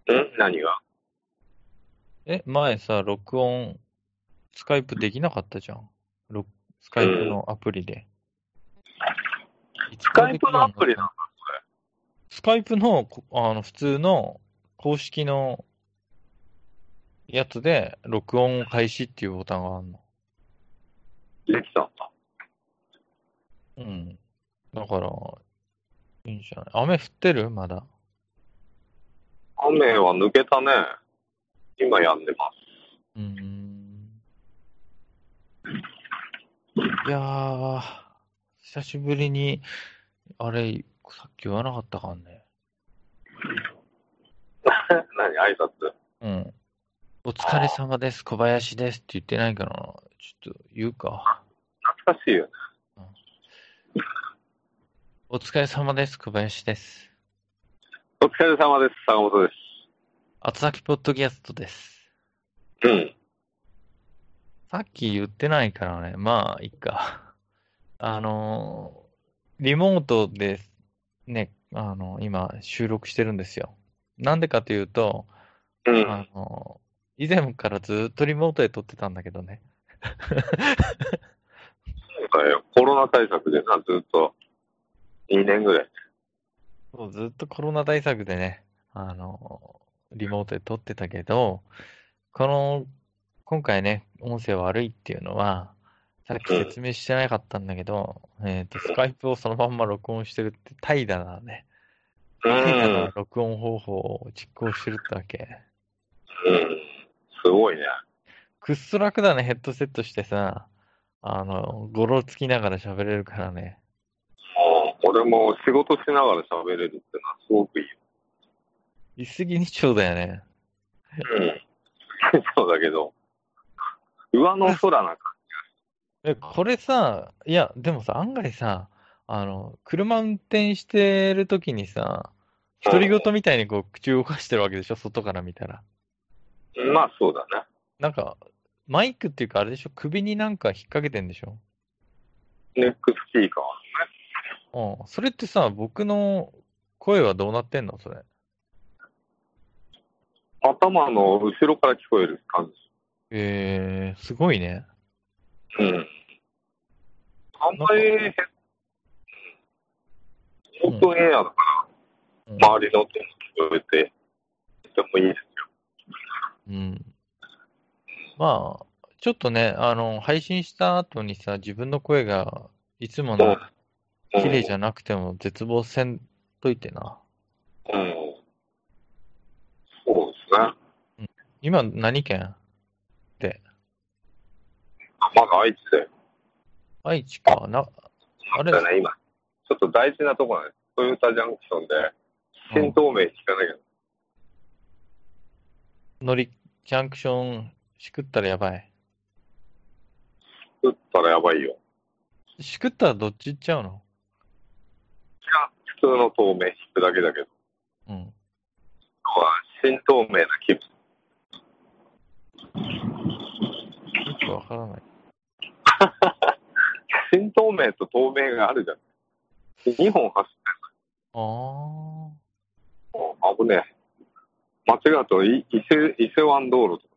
何が？ 前さ、録音、スカイプできなかったじゃん。スカイプうん。 のアプリで。いつスカイプからできるようになったの？ のアプリなスカイプの、普通の公式のやつで、録音開始っていうボタンがあるの。 の？できたんだ。 うん。だから、いいんじゃない？雨降ってるまだ。 雨は抜けたね。今やんでまうーん。いやー、久しぶりに、あれ、さっき言わなかったかんね。 す。何挨拶？ うん。おあ疲れあ、 様です。小林ですって言ってないから、ちょっと言うか。 懐かしいよね。 うん。お疲れ様です。小林です。 お疲れ様です。坂本です。 厚崎ポッドキャストです。 うん。 さっき言ってないからね。まあ、いっか。リモートでね、今収録してるんですよ。なんでかというと、 うん。 あの以前からずっとリモートで撮ってたんだけどね。 そうだよ。コロナ対策でな、ずっと2年ぐらい。 そうずっとコロナ対策でね、リモートで撮ってたけど、この、今回ね、音声悪いっていうのは、さっきうん。 説明してなかったんだけど、スカイプをそのまんま録音してるって怠惰なね、 うん。 怠惰な録音方法を実行してるってわけ。 うん。すごいね。 くっそ楽だね、ヘッドセットしてさ、ゴロつきながら喋れるからね。 俺も仕事しながら喋れるってのはすごくいいよ。 一石二鳥だよね。 うん。そうだけど、上のこれ、 空なんか、 これさ、いや、でもさ、案外さ、車運転してるときにさ、独り言みたいにこう口動かしてるわけでしょ、外から見たら。 うん。まあそうだね。 なんか、マイクっていうかあれでしょ、首になんか引っ掛けてんでしょ？ ネックスピーカー。 うん。それってさ、僕の声はどうなってんのそれ？ 頭の後ろから聞こえる感すごいね。 じ。うん。あんなんか、 まりオうん、 ープンエアだかうん、 ら周りの音も聞こえて、とてもいいですよ。 うん。まあ、ちょっとね、配信した後にさ、自分の声がいつもうん。 の綺麗じゃうん。 なくても絶望せんといてな。 うん。そうですね。 うん。今何県って？ まだ愛知で。 愛知か。あれ、 だね、今。ちょっと大事なとこなんです。トヨタジャンクションで、 うん。 新東名引かなきゃジャンクション、しくったらやばい。 作ったらやばいよ。 しくったらどっち行っちゃうの？ 普通の東名引くだけだけど、 うん。 今日は新東名な気分。 よくわからない。 新東名と東名があるじゃん。2本走ってああ。 るの。危ねえ。間違うと伊勢湾道路とか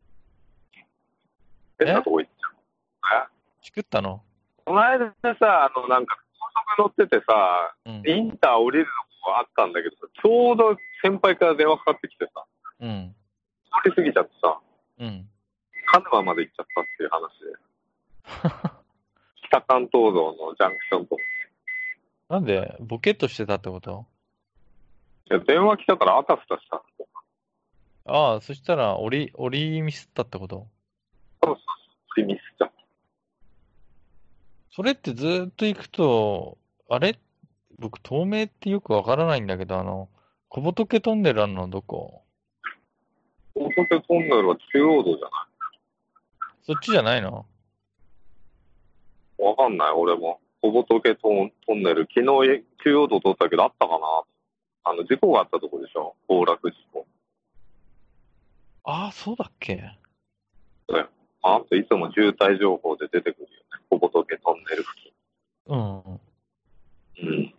変なえとこ行っちゃう。 しくったの？ この間さ、なんか高速乗っててさ、 うん。 インター降りるとこあったんだけどさ、ちょうど先輩から電話かかってきてさ、 うん。 通り過ぎちゃってさ、 うん。 鹿沼まで行っちゃったっていう話で、北関東道のジャンクションと。 なんで、ボケっとしてたってこと？ いや、電話来たからあたふたした。 ああ、そしたら、折りミスったってこと？ そうそうそう、ミスっちゃった。 それってずーっと行くと、あれ僕、透明ってよくわからないんだけど、小仏トンネルあるのどこ？ 大仏トンネルは中央道じゃなそっちじゃないの？ い？わかんない、俺も。小仏トンネル、昨日中央道通ったけどあったかな？事故があったとこでしょ？崩落事故。 ああ、そうだっけ？ ね。あといつも渋滞情報で出てくるよね。小仏トンネル付うん。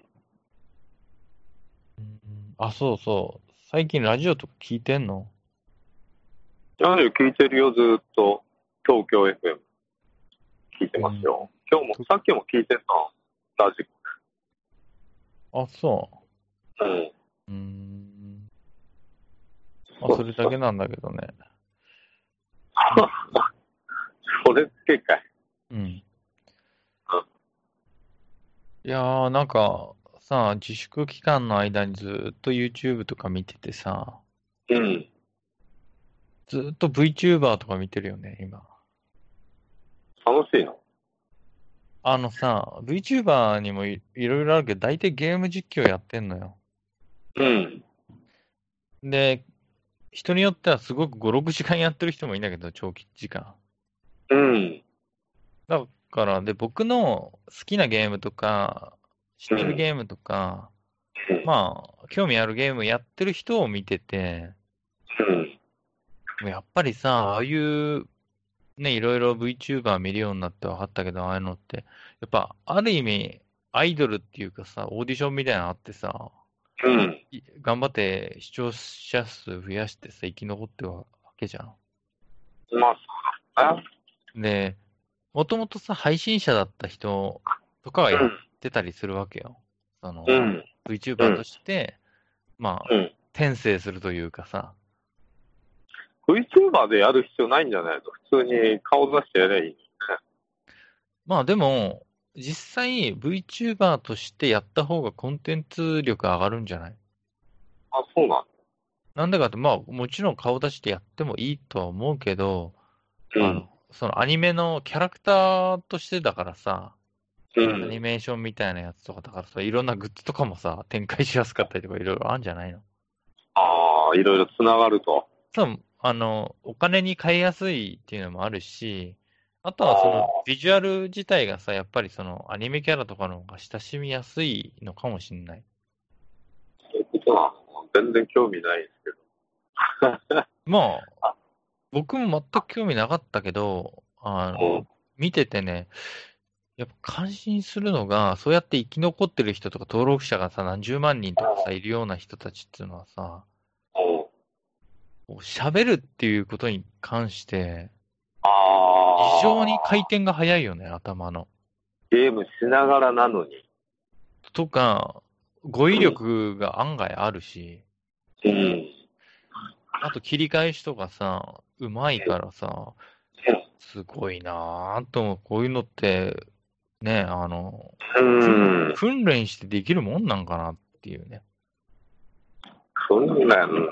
近。うん。 うん。あ、そうそう。 最近ラジオとか聞いてんの？ ラジオ聞いてるよ、ずーっと。東京 FM 聞いてうん。 ますよ。今日も、さっきも聞いてた、ラジあ、そコ。うん。 う。まあ、 そうそう。 それだけなんだけどね。 それだけかい。 うん。いやー、なんか、さ、自粛期間の間にずっと YouTube とか見ててさ、 うん。 ずっと VTuber とか見てるよね、今。 楽しいの？ あのさ、VTuber にもいろいろあるけど、大体ゲーム実況やってんのよ。 うん。 で、人によってはすごく5、6時間やってる人もいるんだけど、長期時間。 うん。 だから、で、僕の好きなゲームとか、知ってるうん。 ゲームとか、 うん。 まあ、興味あるゲームやってる人を見てて、 うん。 もうやっぱりさ、ああいうね、いろいろ VTuber 見るようになって分かったけど、ああいうのって、やっぱ、ある意味、アイドルっていうかさ、オーディションみたいなのあってさ、 うん。 頑張って視聴者数増やしてさ、生き残ってるわけじゃん。 まあ、そうだね。 で、もともとさ、配信者だった人とかがやってたりするわけよ。その、 うん。う VTuber とん。 して、まあ、 うん。 転生するというかさ。 VTuber でやる必要ないんじゃないの？普通に顔出してやればいいね。 まあでも、実際 VTuber としてやった方がコンテンツ力上がるんじゃない？ あ、そうななんでかって、まあもちろん顔出してやってもいいとは思うけど、 の？うん。 そのアニメのキャラクターとしてだからさ、アニうん。 メーションみたいなやつとかだからさ、いろんなグッズとかもさ、展開しやすかったりとかいろいろあるんじゃないの？ ああ、いろいろつながると。 そう、お金に換えやすいっていうのもあるし、あとあはそのあ、 ビジュアル自体がさ、やっぱりそのアニメキャラとかの方が親しみやすいのかもしんない。 そういうことなの？全然興味ないですけど。 まあ、 あ、 僕も全く興味なかったけど、 うん。 見ててね、やっぱ感心するのが、そうやって生き残ってる人とか登録者がさ、何十万人とかさ、いるような人たちっていうのはさ、 うん。 こう喋るっていうことに関して、 あ異常に回あ、 転が速いよね、頭の。 ゲームしながらなのに。 とか、語彙うん。 力が案外あるし、 うん。 あと切り返しとかさ、うまいからさ、すごいなぁと思う。こういうのって、ね、 うん。 訓練してできるもんなんかなっていうね。 訓練、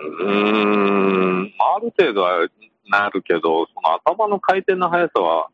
ある程度はなるけど、その頭の回転の速さは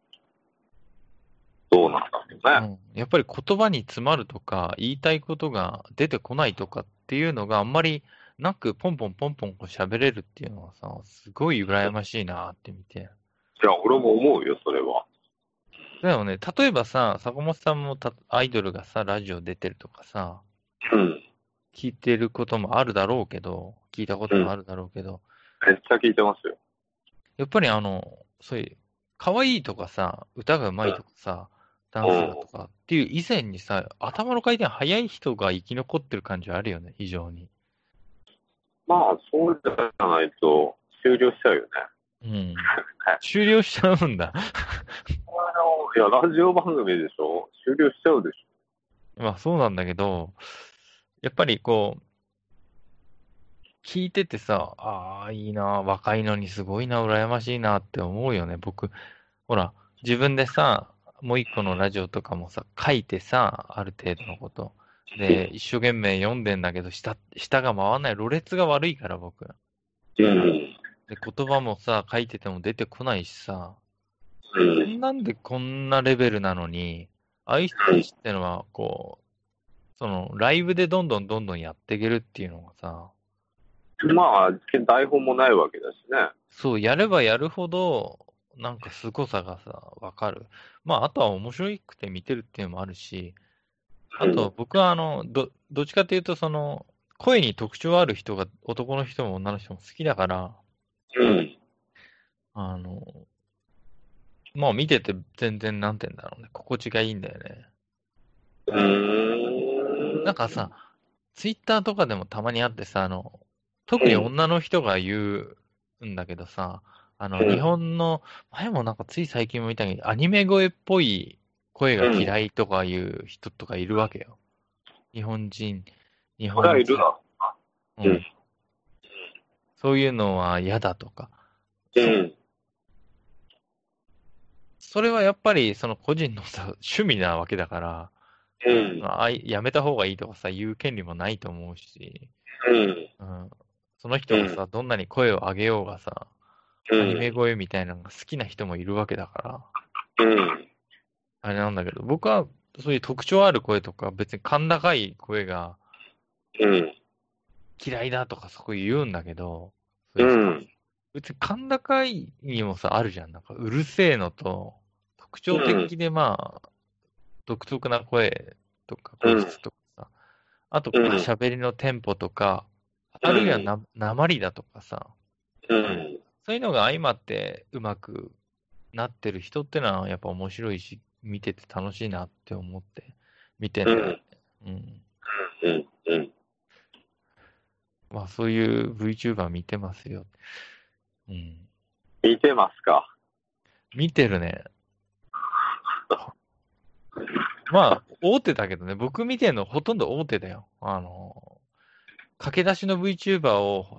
どうなんだろうね。 うん。やっぱり言葉に詰まるとか、言いたいことが出てこないとかっていうのがあんまりなく、ポンポンポンポンこう喋れるっていうのはさ、すごい羨ましいなって見て。 いや、俺も思うよ、それは。 だよね、例えばさ、坂本さんもアイドルがさ、ラジオ出てるとかさ、 うん。 聞いてることもあるだろうけど、聞いたこうん。 ともあるだろうけど、 めっちゃ聞いてますよ。 やっぱりそういう、可愛いとかさ、歌が上手いとかさ、ダンうん。 スがとかっていう以前にさ、頭の回転早い人が生き残ってる感じはあるよね、非常に。 まあ、そうじゃないと終了しちゃうよね。 うん。終了しちゃうんだ。 いや、ラジオ番組でしょ？終了しちゃうでしまあそうなんだけど、やっぱりこう、聞いててさ、ああ、いいな、若いのにすごいな、羨ましいなって思うよね。僕、ほら、自分でさ、もう一個のラジオとかもさ、書いてさ、ある程度のこと。で、一生懸命読んでんだけど、下が回らない。ろれつが悪いから、僕。 ょ。うん。 で、言葉もさ、書いてても出てこないしさ、 うん。 なんでこんなレベルなのに、ああいう人たちってのは、こう、その、ライブでどんどんどんどんやっていけるっていうのがさ、 うん。まあ、台本もないわけだしね。 そう、やればやるほど、なんか凄さがさ、わかる。まあ、あとは面白くて見てるっていうのもあるし、あと、 うん。 僕はどっちかっていうと、その、声に特徴ある人が、男の人も女の人も好きだから、 うん。 あの、まあ見てて全然なんて言うんだろうね、心地がいいんだよね。 うーん。 なんかさ、ツイッターとかでもたまにあってさ、 特に女の人が言うんだけどさ、日本の、前もなんかつい最近も見たけど、アニメ声っぽい声が嫌いとかいう人とかいるわけよ。日本人、日それは本人、 いるな。 うん。そういうのは嫌だとか。 うん。 それはやっぱりその個人のさ、趣味なわけだから、 うん。 やめた方がいいとかさ、言う権利もないと思うし、 うん。 うん。そのうん。 人がさ、どんなに声を上げようがさ、アニメうん。 声みたいなのが好きな人もいるわけだから、 うん。 あれなんだけど、僕はそういう特徴ある声とか、別に甲高い声がうん。 嫌いだとかそこ言うんだけど、そういうさ、 うん。 別に甲高いにもさ、あるじゃん。なんかうるせえのと、特徴うん。 的でまあ、独特な声とかうん。 声質とかさ、あと、 うん。 喋りのテンポとか、あるいはうん。 訛りだとかさ、 うん。 そういうのが相まってうまくなってる人ってのはやっぱ面白いし、見てて楽しいなって思って見てんだよね。 うん。 うん。 うん。うん。 まあそういう VTuber 見てますよ。うん。 見てますか？ 見てるね。まあ、大手だけどね、僕見てんのほとんど大手だよ。駆け出しの VTuber を、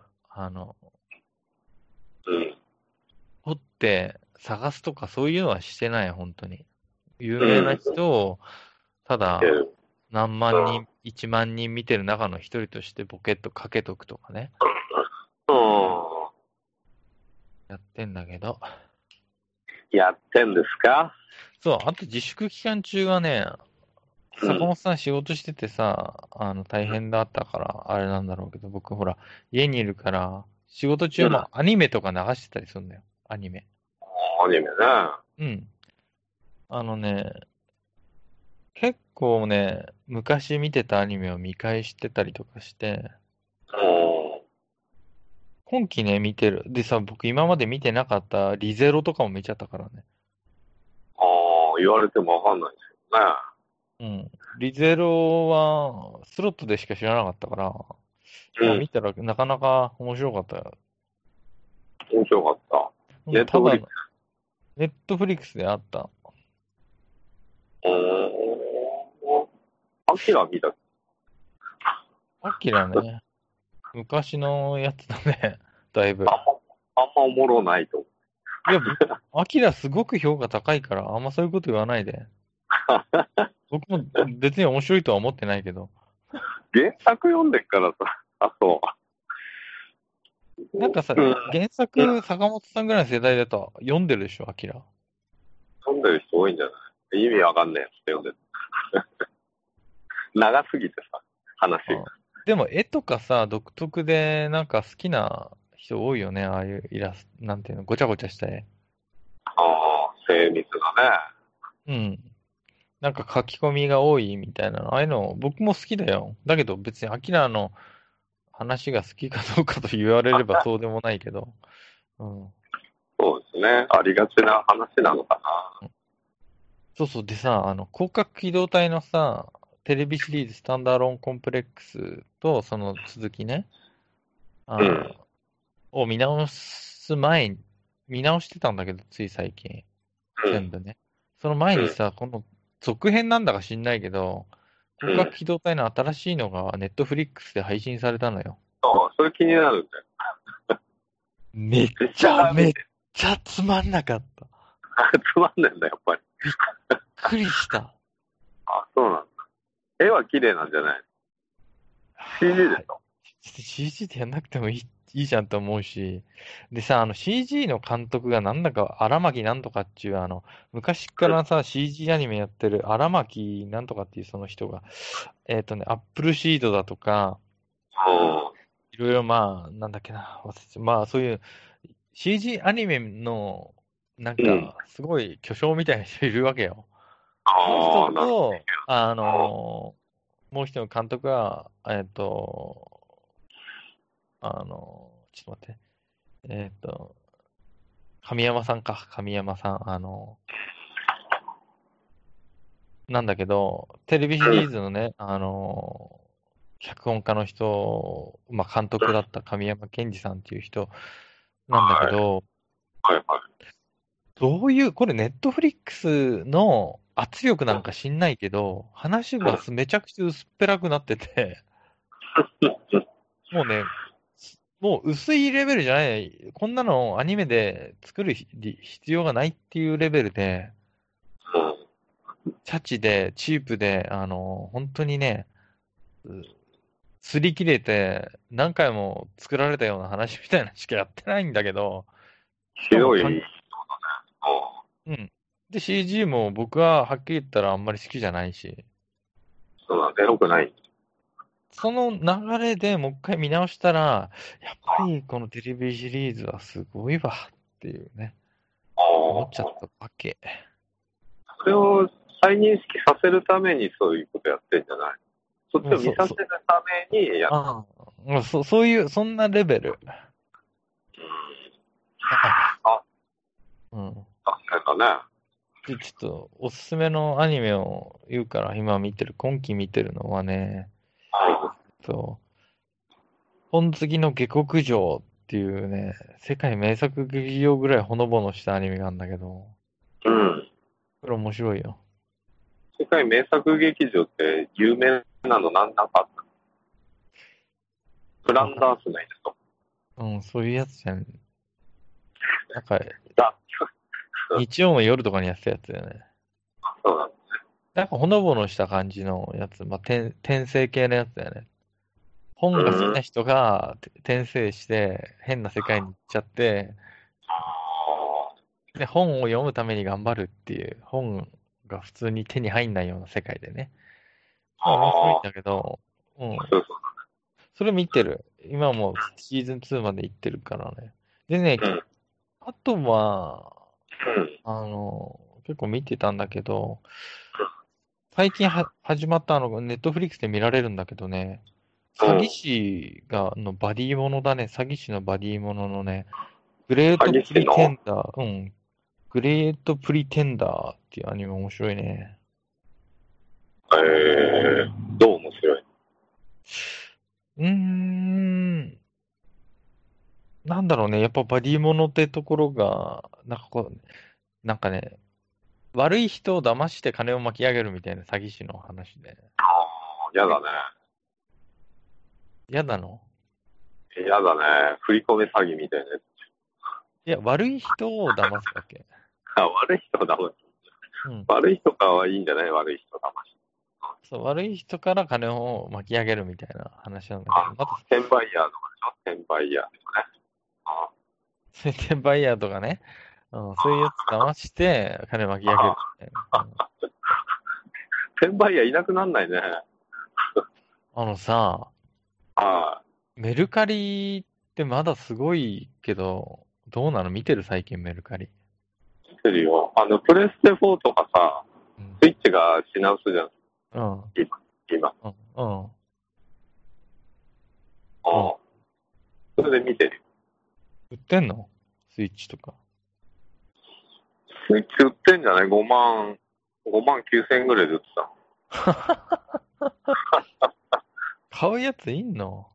うん。 掘って探すとかそういうのはしてない、本当に。有うん。 名な人を、ただ、 見てる。 何万人、1万人見てる中の一人としてボケっとかけとくとかね、 うん。 やってんだけど。 やってんですか？ そう、あと自粛期間中はね、 うん。 坂本さん仕事しててさ、大変だったから、あれなんだろうけど、僕ほら、家にいるから、仕事うん。 中もアニメとか流してたりするんだよ。アニメ。 アニメね。 うん。あのね、結構ね、昔見てたアニメを見返してたりとかして、 うん。 今期ね、見てる。でさ、僕今まで見てなかったリゼロとかも見ちゃったからね。 ああ、言われてもわかんないですよね。 うん。リゼロは、スロットでしか知らなかったから、まあうん。 見たらなかなか面白かったよ。 面白かった。 うん、 ネットフリックネットフリックスであった。 ス。アキラ見た。 アキラね。昔のやつだね。だいぶ。 あんまおもろないと。 いや、アキラすごく評価高いから、あんまそういうこと言わないで。僕も別に面白いとは思ってないけど。 原作読んでっからさ、あ、そなんかさ、 う。うん。 原作坂本さんぐらいの世代だと読んでるでしょ、アキラ。 読んでる人多いんじゃない？意味わかんねえって読んでる。長すぎてさ、話が。 あ、でも絵とかさ、独特でなんか好きな人多いよね、ああいうイラスト、なんていうの、ごちゃごちゃした絵。 ああ、精密だうん。なんか書き込みが多いみたいなの。ああいうの僕も好きだよ。だけど別にアキラの話が好きかどうかと言われればそうでもないけど。うん。 そうですね。ありがちな話なのかそうそう。でさ、広角機動隊のさ、テレビシリーズスタンダーローンコンプレックスとその続きね、 な。うん。 を見直す前に、見直してたんだけど、つい最近。 うん。 全部ね。その前うん。 にさ、この続編なんだか知んないけど、 うん。 広角機動隊の新しいのがネットフリックスで配信されたのよ。 そう、それ気になるんだよ。 めっ実ちゃめっ写から見て、 ちゃつまんなかった。 つまんねえんだよ、やっぱり。 びっくりした。 あ、そうなんだ。絵は綺麗なんじゃない？ CG でしょ？ CG でやんなくてもいいじゃんと思うし。でさ、CG の監督がなんだか荒牧なんとかっていう、昔からさ、CG アニメやってる荒牧なんとかっていうその人が、アップルシードだとか、いろいろまあ、なんだっけな、忘れてまあそういう CG アニメの、なんうん。うん。 か、すごい巨匠みたいな人いるわけよ。その人ああ、なると、 ほもう一人の監督が、ちょっと待って、神山さんか、神山さん。なんだけど、テレビシど。うん。 リーズのね、 脚本家の人、まあ、監督だった神山健二さんっていう人なんだけど、 はいはい。 どういう、これネットフリックスの圧力なんか知んないけど、話がめちゃくちゃ薄っぺらくなってて、もうね、もう薄いレベルじゃない、こんなのアニメで作る必要がないっていうレベルで、チャチで、チープで、本当にね、擦り切れて、何回も作られたような話みたいなのしかやってないんだけど、しかもひどい。 うん。で、CG も僕ははっきり言ったらあんまり好きじゃないし、 そうだね。よくない。 その流れでもう一回見直したら、やっぱりこのテレビシリーズはすごいわっていうね、思っちゃったわけ。 それを再認識させるためにそういうことやってんじゃない？そっちを見させるためにやっああ、そういう、そんなレベル。 あ、 うん。 なんかね。 で、ちょっと、おすすめのアニメを言うから、今期見てるのはね、と、本好きの下克上っていうね、世界名作劇場ぐらいほのぼのしたアニメがあるんだけど、 うん。 これ面白いよ。 世界名作劇場って有名なのなんかあった？フランダース内ですと。 うん、そういうやつじゃん。なんか、 だ。 日曜の夜とかにやってたやつだよね。 そうなんだ。 なんかほのぼのした感じのやつ、まあ、転生系のやつだよね。本が好きな人が転生して変な世界に行っちゃって、で、本を読むために頑張るっていう、本が普通に手に入んないような世界でね。まあ面白いんだけど、うん。 そうそれ見てる。今もうシーズン2まで行ってるからね。でね、 そう。うん。 あとは、 うん。 結構見てたんだけど、最近始まったネットフリックスで見られるんだけどね、詐欺師のバディものだね。詐欺師のバディもののね、グレートプリテンダー、うん。グレートプリテンダーっていうアニメ面白いね。 どう面白い？ なんだろうね。やっぱバディものってところが、なんかね、悪い人を騙して金を巻き上げるみたいな詐欺師の話で。 やだね。 嫌なの？ やだね。振り込め詐欺みたいなやつ。 いや、悪い人を騙すだけ。 悪い人騙す。 うん。 悪い人かはいいんじゃない？悪い人騙し。 そう、悪い人から金を巻き上げるみたいな話なんだけど、また、 転売ヤーとかでしょ？転売ヤーとかね。 そういう転売ヤーとかね、うん、そういうやつ騙して金巻き上げるみたいな。うん、 転売ヤーいなくなんないね。 あのさ、 はメルカリってまだすごいけど、どうなの？見てる最近メルカリ。 い。見てるよ。プレステ4とかさ、 うん。 スイッチが品薄じゃん。 うん。 今。 うん。うん。うん。 それで見てるよ。 売ってんの？スイッチとか。 スイッチ売ってんじゃない？ 5 万、5万9千円ぐらいで売ってた。 買うやついんの？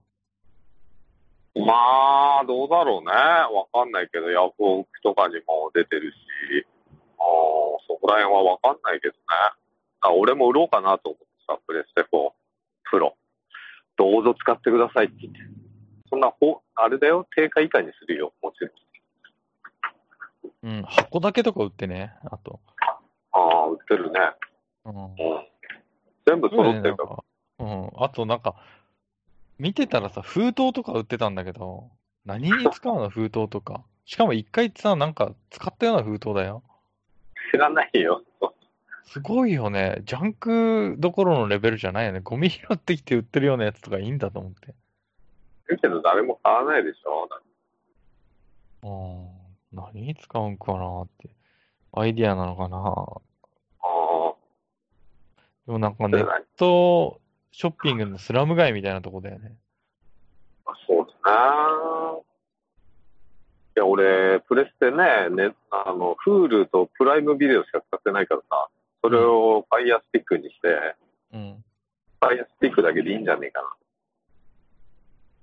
まあ、どうだろうね。わかんないけど、ヤフオクとかにも出てるし、そこら辺はわかんないけどね。俺も売ろうかなと思ってさ、プレステ4プロ。どうぞ使ってくださいって言って。そんな、あれだよ、定価以下にするよ、もちろん。 うん。箱だけとか売ってね。あと。 売ってるね。 うん。 全部揃ってね、 るから。 うん。あと見てたらさ、封筒とか売ってたんだけど、何に使うの？封筒とか。しかも一回さ、使ったような封筒だよ。 知らないよ。 すごいよね。ジャンクどころのレベルじゃないよね。ゴミ拾ってきて売ってるようなやつとかいいんだと思って。 だけど誰も買わないでしょ。 うん。何に使うんかなって。アイディアなのかな。でもなんかネットショッピングのスラム街みたいなとこだよね。 そうだな。いや、俺、プレステね、Hulu とプライムビデオしか使ってないからさ、それを Fire Stick にして、 うん。 Fire Stick だけでいいんじゃねえかな。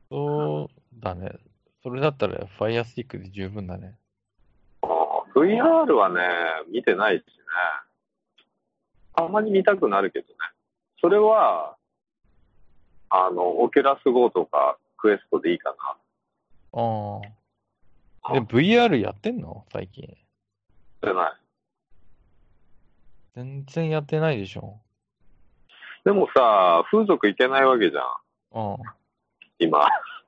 そうだね。それだったら Fire Stick で十分だね。 VR はね、見てないしね。たまに見たくなるけどね。それは、オキュラス GO とかクエストでいいかああ。 な。 VR やってんの最近。 じゃない。 全然やってないでしょ。 でもさ、風俗行けないわけじゃん。 ああ。 今。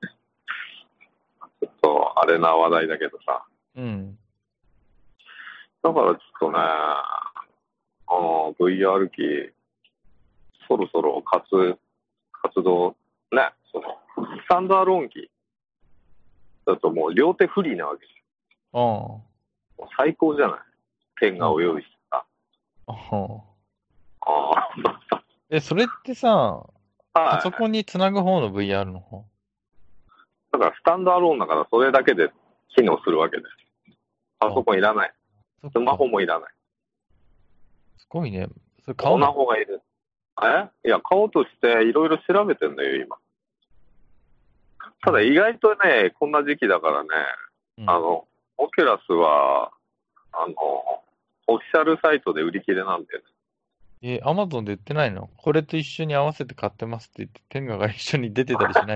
ちょっと、あれな話題だけどさ。 うん。 だからちょっとね、VR 機、そろそろ活動、ね、スタンドアローン機だともう両手フリーなわけじああ。 ゃん。最高じゃない。ペンがを用意してさ。 ああ。 あそれってさ、 あ。はい。 パソコンにつなぐ方の VR の方。 だからスタンドアローンだからそれだけで機能するわけです。パソコンいらない。 そっスマホか。 もいらない。 すごいね。それ買スマうの？ ホがいる。いや、買おうとしていろいろ調べてんだよ、今。ただ意外とね、こんな時期だからね、 うん。 オキュラスは、オフィシャルサイトで売り切れなんだよね。 アマゾンで売ってないの？これと一緒に合わせて買ってますって言って、テンガが一緒に出てたりしない？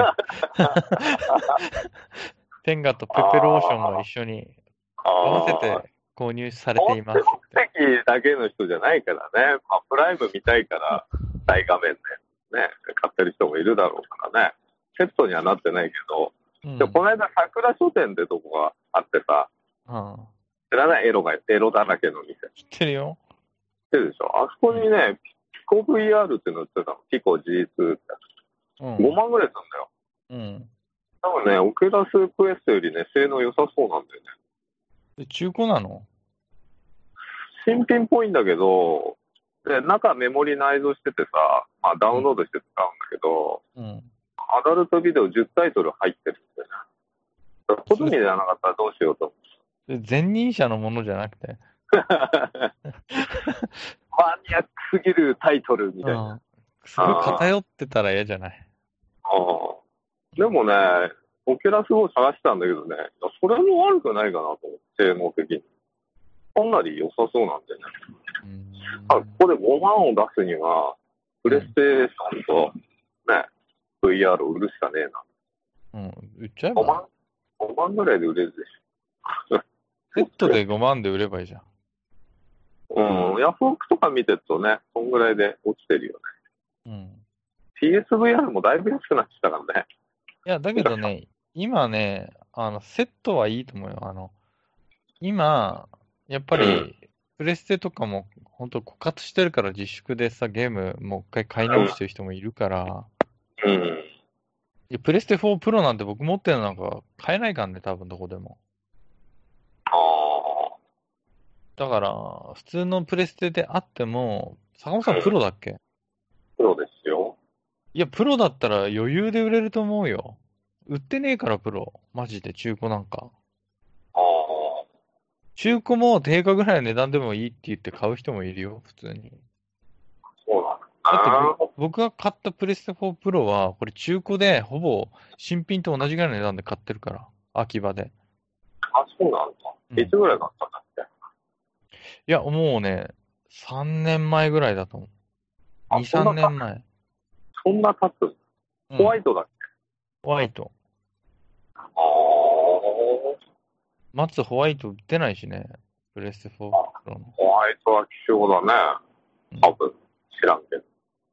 テンガとペペローションが一緒に合わせああ、 て購入されて本いますって。 的だけの人じゃないからね。まあ、プライム見たいから大画面でね、買ってる人もいるだろうからね。セットにはなってないけど、で、 うん。 この間桜書店ってとこがあってさ、 ああ。 知らないエロだらけの店。知っ知ってるよ。 てるでしょ？あそこにね、ピコ VR っていうの売ってたの。ピコ G2 って。 うん。 5万ぐらいするんだよ。 うん。 多分ね、オキュラスクエストよりね、性能良さそうなんだよね。 中古なの？ 新品っぽいんだけど、で、中メモリ内蔵しててさ、まあダうん。 ウンロードして使うんだけど、 うん。 アダルトビデオ10タイトル入ってるんだよね。だから好それ、 みじゃなかったらどうしようと思前任者のものじゃなくて。 う。マニアックすぎるタイトルみたいな。 うん。すごい偏ってたら嫌じゃない？ あでもね、オキュラスを探したんだけどね、それも悪くないかなと思って、性能的に。かなり良さそうなんでね。 うーん。 ここで5万を出すには、プレステーションとね、VR を売るしかねえな。 うん。売っちゃえ 5万、 ば？ 5万ぐらいで売れるでしセットで5万で売ればいいじゃん。 ょ。うん、ヤフオクとか見てるとね、そんぐらいで落ちてるよね。 うん。 PSVR もだいぶ安くなってきたからね。 いや、だけどね、今ね、セットはいいと思うよ。今、やっぱうん、 り、プレステとかも、本当枯渇してるから自粛でさ、ゲームもう一回買い直してる人もいるから、 うん、うん。 いや、プレステ4プロなんて僕持ってるのなんか買えないからね、多分どこでも。 ああ、 だから、普通のプレステであっても、坂本さんプうん、 ロだっけ？ そうですよ。 いや、プロだったら余裕で売れると思うよ。売ってねえから、プロ。マジで中古なんか。 ああ、 中古も定価ぐらいの値段でもいいって言って買う人もいるよ、普通に。 そうなんだってだね。 僕が買ったプレステ4プロは、これ中古でほぼ新品と同じぐらいの値段で買ってるから。秋葉で。 あ、そうなんだ。いうん。 つぐらいだったんだっけ？ いや、もうね、3年前ぐらいだと思う。 あ、 2、3年前。 そんな経つ？ホワうん。 イトだっけ？ ホワイト。 ああ、 松ホワイト売ってないしね。プレステ4プロの。 ホワイトは希少だね。 うん。 多分。知らんけど。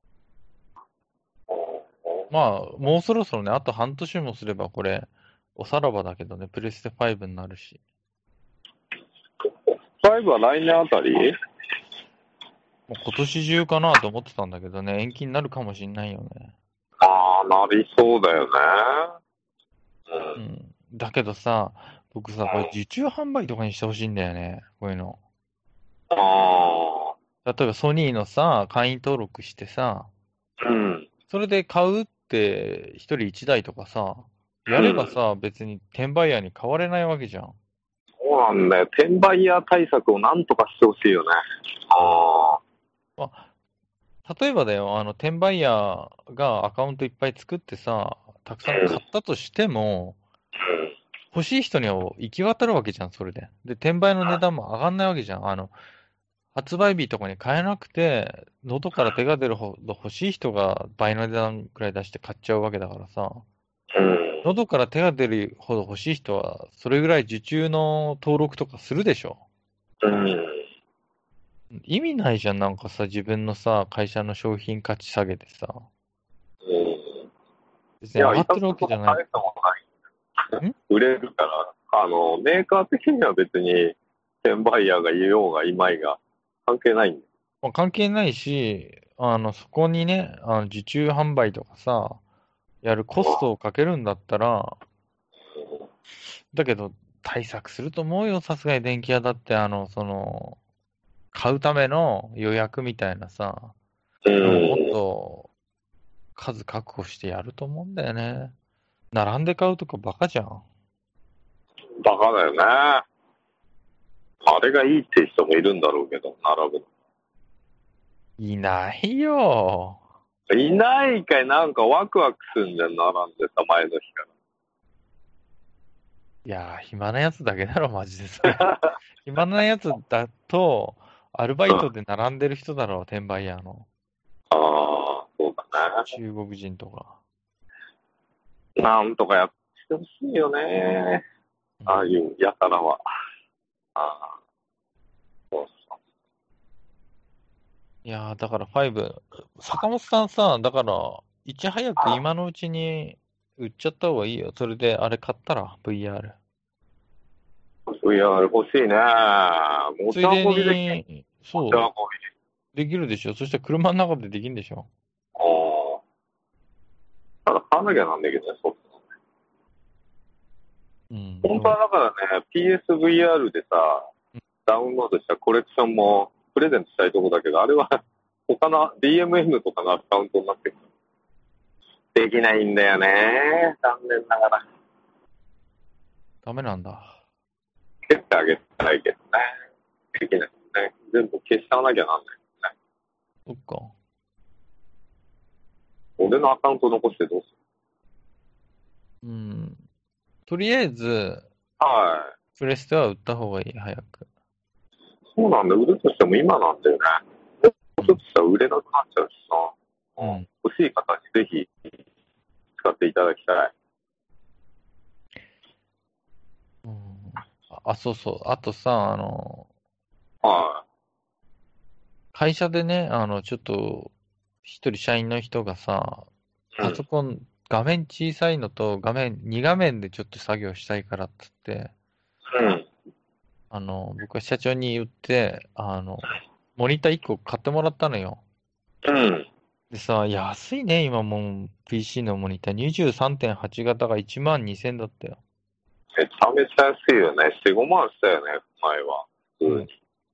うんまあ、もうそろそろね、あと半年もすればこれ、おさらばだけどね、プレステ5になるし。 5は来年あたり？ もう今年中かなと思ってたんだけどね、延期になるかもしんないよね。 ああ、なりそうだよね。うん。 うん。だけどさ、僕さ、これ受注販売とかにしてほしいんだよね、こういうの。 あ例えばソニーのさ、会員登録してさ、 あ、うん。 それで買うって一人一台とかさ、やうん。 ればさ、別に転売ヤーに買われないわけじゃん。 そうなんだよ。転売ヤー対策をなんとかしてほしいよね。ああ、 まあ、例えばだよ、転売ヤーがアカウントいっぱい作ってさ、 たくさん買ったとしても、欲しい人には行き渡るわけじゃん、それで。で、転売の値段も上がんないわけじゃん。発売日とかに買えなくて、喉から手が出るほど欲しい人が倍の値段くらい出して買っちゃうわけだからさ。喉から手が出るほど欲しい人は、それぐらい受注の登録とかするでしょ。意味ないじゃん、なんかさ、自分のさ、会社の商品価値下げてさ。別いや、 に上がってるわけじゃない。 大したもない。売れるから、メーカー的には別に、転売ヤーがいようがいまいが関係ないんだよ。 まあ、関係ないし、そこにね、受注販売とかさ、やるコストをかけるんだったら、だけど、対策すると思うよ、さすがに電気屋だって、買うための予約みたいなさ、もっと数確保してやると思うんだよね。並んで買うとかバカじゃん。 バカだよね。あれがいいって人もいるんだろうけど、並ぶの。 いないよ。 いないかい、なんかワクワクすんじゃん、並んでさ、前の日かいやー、暇なやつだけだろ、マジでそれ。 ら。 暇なやつだと、アルバイトで並んでる人だろう、転売ヤーの。 ああ、そうだね。 中国人とか。 なんとかやってほしいよね。ああいうやたらは。ああ、そうそいやー、だから5、坂本さんさ、だから、いち早く今のうちに売っちゃった方がいいよ。それで、あれ買ったら、VR。 う。VR 欲しいね。持ちついで運びできる。 に、 持ち運そう、できるでしょ。そしたら車の中でできるんでしょ。 び。ただ買わなきゃなんだけどね、そう。 うん。 本当はだからね、PSVR でさ、ダウンロードしたコレクションもプレゼントしたいとこだけど、あれは他の DMM とかのアカウントになってる。できないんだよね。残念ながら。 ダメなんだ。 消ってあげたいけどね。できないね。全部消しちゃわなきゃなんない。 そっか。 俺のアカウント残してどうする？ うん。とりあえず、 はい。 プレステは売った方がいい、早く。 そうなんだ。売るとしても今なんだよね。もうちょっとしたら売れなくなっちゃうしさ。欲しい方にぜひ使っていただきたい。 うん。そうそう。あとさ、 は会社でね、ちょっと、一人社員の人がさ、 い。 パソコン、画面小さいのと2画面でちょっと作業したいからっつって、 うん。 僕は社長に言って、モニター1個買ってもらったのよ。 うん。 でさ、安いね、今もう PC のモニター。23.8型が1万2000だったよ。 めちゃめちゃ安いよね。4、5万したよね、前は。普通に。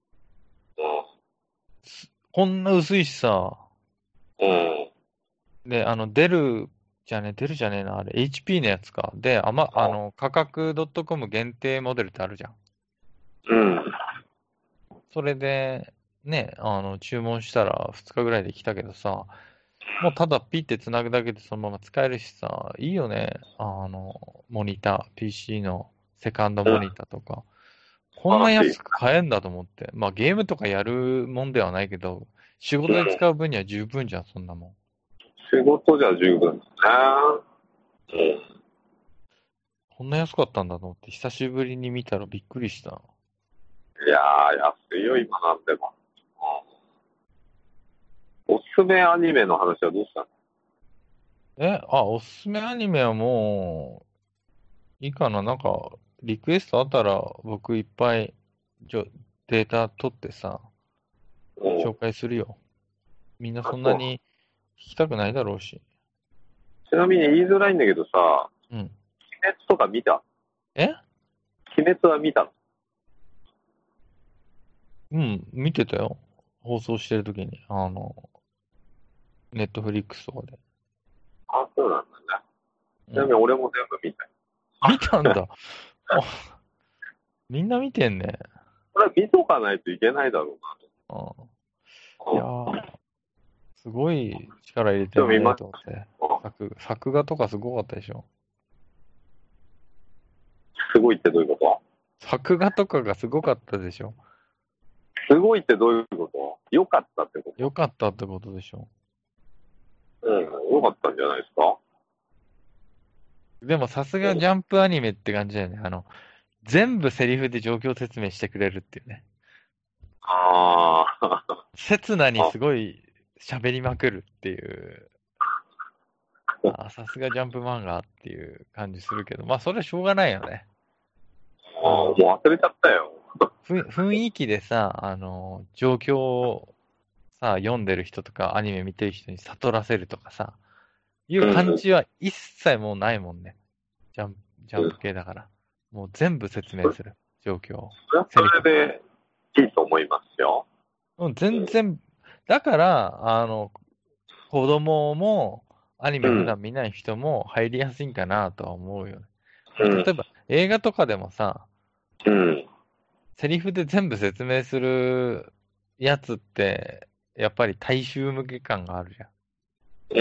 こんな薄いしさ、 うん。 で、デルじゃねえな、あれ、HP のやつか。で、価格 .com 限定モデルってあるじゃん。 うん。 それで、ね、注文したら2日ぐらいで来たけどさ、もうただピッて繋ぐだけでそのまま使えるしさ、いいよね。モニター、PC のセカンドモニターとか。こんな安く買えんだと思って。まあゲームとかやるもんではないけど、仕事で使う分には十分じゃん、そんなもん。 仕事じゃ十分だね。 こんな安かったんだと思って、久しぶりに見たらびっくりした。 いやー、安いよ、今なんでも。おすすめアニメの話はどうしたの？ おすすめアニメはもう、いいかな。なんか、リクエストあったら、僕いっぱい、データ取ってさ、紹介するよ。みんなそんなに聞きたくないだろうし。 ちなみに言いづらいんだけどさ、 うん。 鬼滅とか見た？ え鬼滅は見たの？ うん、見てたよ。放送してるときに。ネットフリックスとかで。 あ、そうなんだね。ちなみに俺も全部見たよ。 見たんだ。みんな見てんね。 これは見とかないといけないだろううん。いやなと。 ー、 すごい力入れてでも見るね、 ましと思って。 た。 作画とかすごかったでしょ。 すごいってどういうこ作画とかがすごかったでしょ。 と？すごいってどういうこと？良かったってこよかったってことでしょ。 と？うん、良かったんじゃないですか？ でもさすうん。 がジャンプアニメって感じだよね。全部セリフで状況説明してくれるっていうね。 ああ、 刹那にあ、 すごい喋りまくるっていう。さすがジャンプ漫画っていう感じするけど、まあそれはしょうがないよね。 もう忘れちゃったよ。 雰囲気でさ、状況をさ、読んでる人とかアニメ見てる人に悟らせるとかさ、いううん、 感じは一切もうないもんね。ジャンプ、ジャうん。 ンプ系だから。もう全部説明する。状況を。 それはセリフ。 それでいいと思いますよ。 うん、 うん、 全然、だから、子供も、アニうん、 メ普段見ない人も入りやすいんかなとは思うよね。 うん、 例えば、映画とかでもさ、 うん、 セリフで全部説明するやつって、やっぱり大衆向け感があるじゃん。 うん、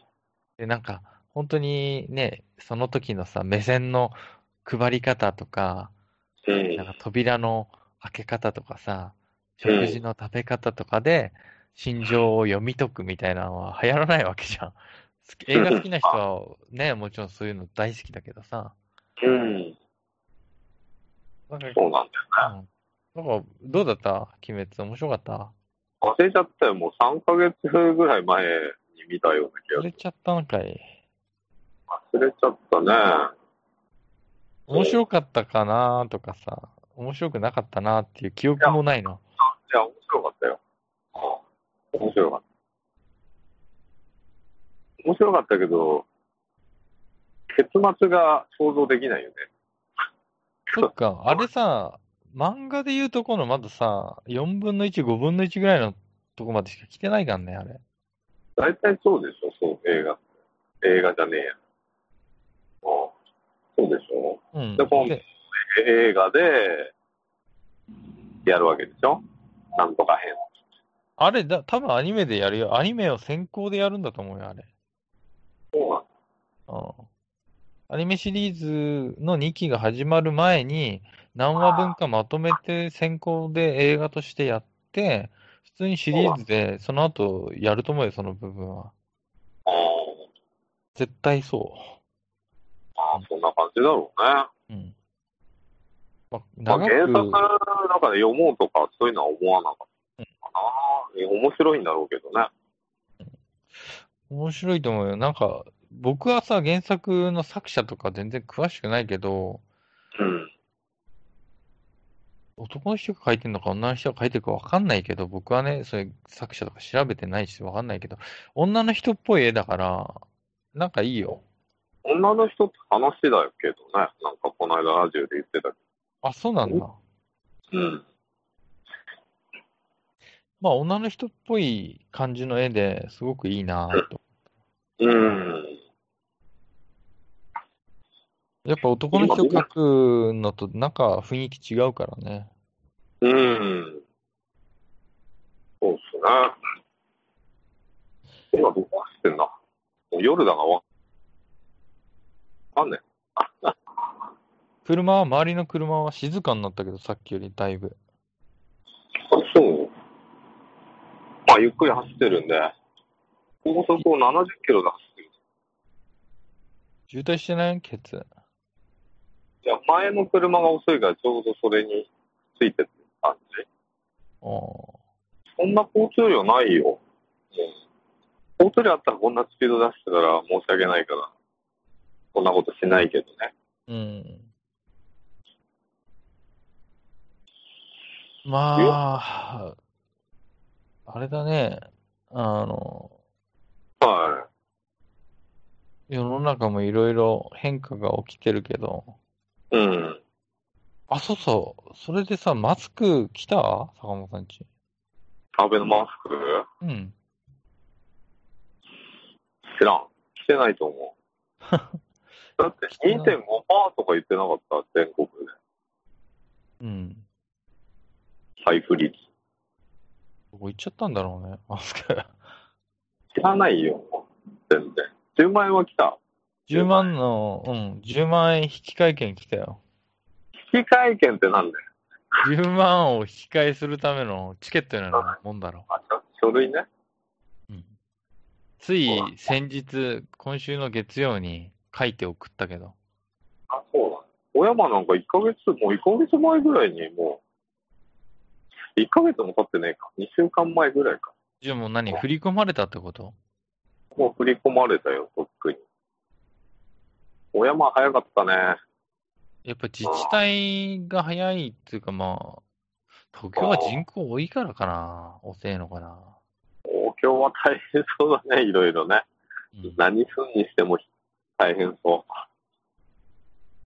で、なんか、本当にね、その時のさ、目線の配り方とか、 うん、 なんか扉の開け方とかさ、 うん。 食事の食べ方とかで、心情を読み解くみたいなのは流行らないわけじゃん。映画好きな人あ、 はね、もちろんそういうの大好きだけどさ、 うん。 なんか、 そうなんだよ。 うん。なんか、どうだった鬼滅面白かった？ 忘れちゃったよ。もう3ヶ月ぐらい前に見たような気が忘れちゃったのかい。 する。忘れちゃったね。うん。い面白かったかなとかさ、面白くなかったなっていう記や、 憶もないの。 面白かったよ。うん。面白かった。面白かったけど、結末が想像できないよね。 そっか、あれさ、漫画で言うとこのまださ、4分の1、5分の1ぐらいのとこまでしか来てないからね、あれ。 大体そうでしょ、そう、映画。映画じゃねえや。うん。そうでしょ。で、 うん。 今度で、 映画でやるわけでしょ。なんとか編。 あれ多分アニメでやるよ。アニメを先行でやるんだと思うよ、あれ。 そうなんうん。アニメシリーズの2期が始まる前に、何話分かまとめて先行で映画としてやって、普通にシそうなんリーズでその後やると思うよ、その部分は。 あー絶対そあー、 う。 そんな感じだろうね。 うん。うん。まあ、 まあ、 長原作のく、 中で読もうとかそういうのは思わなかったかな。面白いんだろうけどね。 面白いと思うよ。なんか、僕はさ、原作の作者とか全然詳しくないけど、 うん。 男の人が書いてるのか女の人が書いてるかわかんないけど、僕はね、そういう作者とか調べてないしわかんないけど、女の人っぽい絵だから、なんかいいよ。 女の人って話だけどね。なんかこの間ラジオで言ってたけあ、そうなんど。 だ。 うん。 まあ、女の人っぽい感じの絵ですごくいいなと。 うん。 やっぱ男の今見な、 人描くのとなんか雰囲気違うからね。 うん。そうっすね。今どこ走ってんだ？もう夜だがわかんねえ。 車は、周りの車は静かになったけど、さっきよりだいぶ。 あ、そう。まあ、ゆっくり走ってるんで、高速を70キロで走ってる。 渋滞してないケツ。 いや、前の車が遅いからちょうどそれについてって感じ。 ああ。 そんな交通量ないよ。交通量あったらこんなスピード出してたら申し訳ないから、そんなことしないけどね。 うん。 よ、 まあ、あれだね。あの、 は世の中もいろいろ変化が起きてるけど。 い。うん。 あ、そうそう。それでさ、マスク来た坂本さんち。 アベノマスクうん。 知らん。来てないと思う。だって来てない。 2.5%とか言ってなかった全国で。 うん。 配布率。 どこ行っちゃったんだろうね、マスク。 知らないよ、全然。10万円は来た。 10万の、10万円引換券来たよ。 引換券ってなんだよ。 10万を引き換えするためのチケットのようなもんだろ。 あ、書類ね。 うん。つい先日、今週の月曜に書いて送ったけど。 あ、そうなんだ。小山なんかもう1ヶ月前ぐらいにもう、1ヶ月も経ってねえか。2週間前ぐらいか。 じゃあもう振り込まれたってこと？ もう振り込まれたよ、とっくに。小山早かったね。 やっぱ自治体が早いっていうか東京は人口多いからかな。遅えのかな。 東京は大変そうだね、いろいろね。 うん、 何すんにしても大変そう。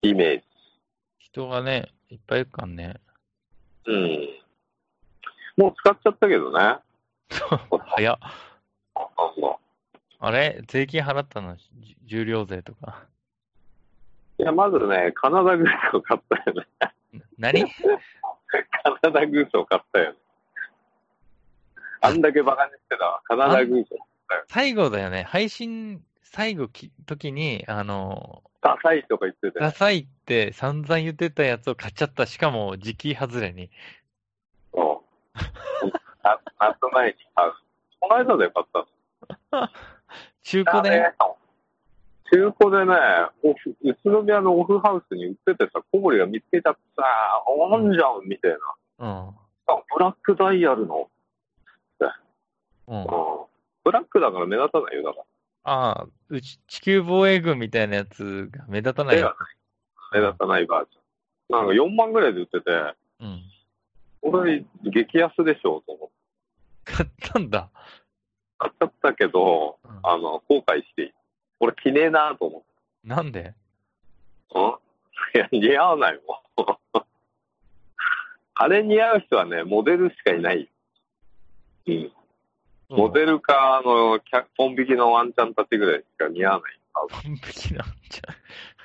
イメージ。 人がね、いっぱいいるからね。 うん。もう使っちゃったけどね。 早っ。 なんだ。 あれ税金払ったの？重量税とか。 いや、まずね、カナダグースを買ったよね。 何？ カナダグースを買ったよね。あんだけバカにしてたわ。カナダグースを買ったよ。 最後だよね。配信、最後時に、 ダサいとか言ってたよ。 ダサいって散々言ってたやつを買っちゃった。しかも、時期外れに。 そう。夏前に買う。この間で買ったの。 中古で？ 中古でね、宇都宮のオフハウスに売っててさ、小森が見つけちゃってさ、あんじゃんみたいな。 うん。 ブラックダイヤルの。 うん。 ブラックだから目立たないよ、だから。 ああ、地球防衛軍みたいなやつが目立たないや目立たないバージョン。なんか4万ぐらいで売ってて、 つ。うん。 これ激安でしょ、と思って。 買ったんだ。 買っちゃったけど、 うん、 後悔していい。俺着ねえなと思って。 なんで？ いや、似合わないもん。あれ似合う人はね、モデルしかいないよ。うん。モデルか、ポン引きのワンちゃんたちぐらいしか似合わない。 ポン引きなんちゃ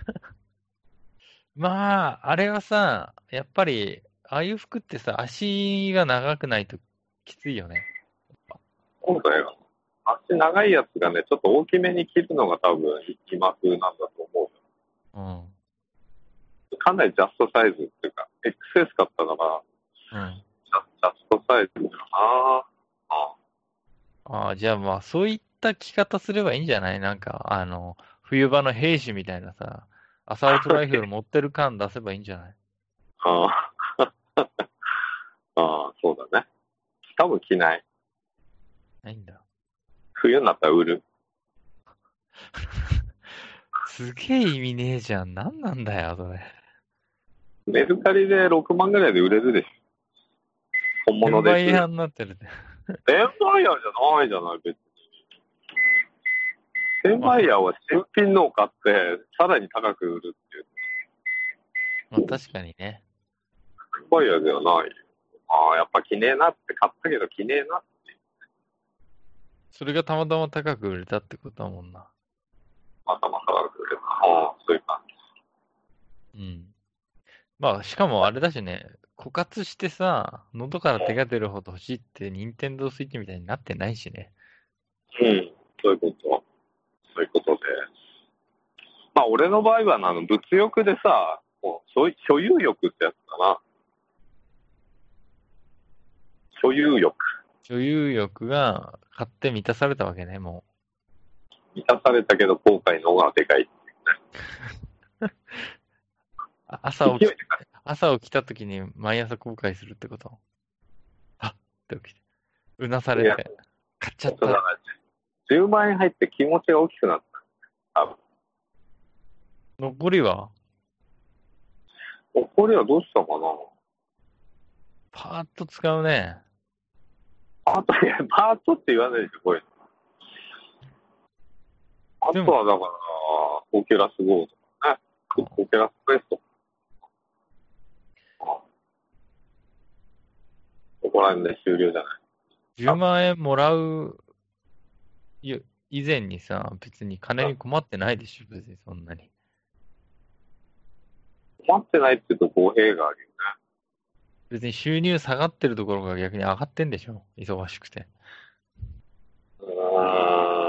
う。あれはさ、やっぱり、ああいう服ってさ、足が長くないときついよね。 そうだよ。足長いやつがね、ちょっと大きめに着るのが多分、今風なんだと思う。 うん。 かなりジャストサイズっていうか、XS 買ったから、 うん。 ジャストサイズだな。 ああ、じゃあそういった着方すればいいんじゃない？冬場の兵士みたいなさ、アサルトライフル持ってる感出せばいいんじゃない？ ああ、そうだね。多分着ない。 ないんだ。 冬になったら売る。 すげえ意味ねえじゃん。なんなんだよ、それ。 メルカリで6万ぐらいで売れるでしょ。本物で。 転売屋になってる。 転売屋じゃないじゃない、別に。転売屋は新品のを買って、さらに高く売るっていう。 確かにね。 転売屋ではないよ。やっぱ着ねえなって買ったけど着ねえなって。 それがたまたま高く売れたってことだもんな。 またまた高く売れた。そういう感うん。しかもあれだしね、枯渇してさ、喉から手が出るほど欲しいって任天堂スイッチみたいになってないしね。 じ。うん、そういうこと。そういうことで。俺の場合は、物欲でさ、もう所有欲ってやつだな。所有欲。 所有欲が買って満たされたわけね、も満たされたけど後悔の方がでかいっていうね。 う。朝起きた時に毎朝後悔するってこと？あって起きて。うなされて。買っちゃった。 10万円入って気持ちが大きくなった。多分。 残りは残りはどうしたかな。 パーッと使うね。 パートって言わないでしょ、これ。あとはだから、オキュラス GO とかね。オキュラスクエスト。ここら辺で終了じゃない。 10万円もらう以前にさ、別に金に困ってないでしょ、別にそんなに。 困ってないって言うと語弊があるよね。 別に収入下がってるところが逆に上がってんでしょ、忙しくて。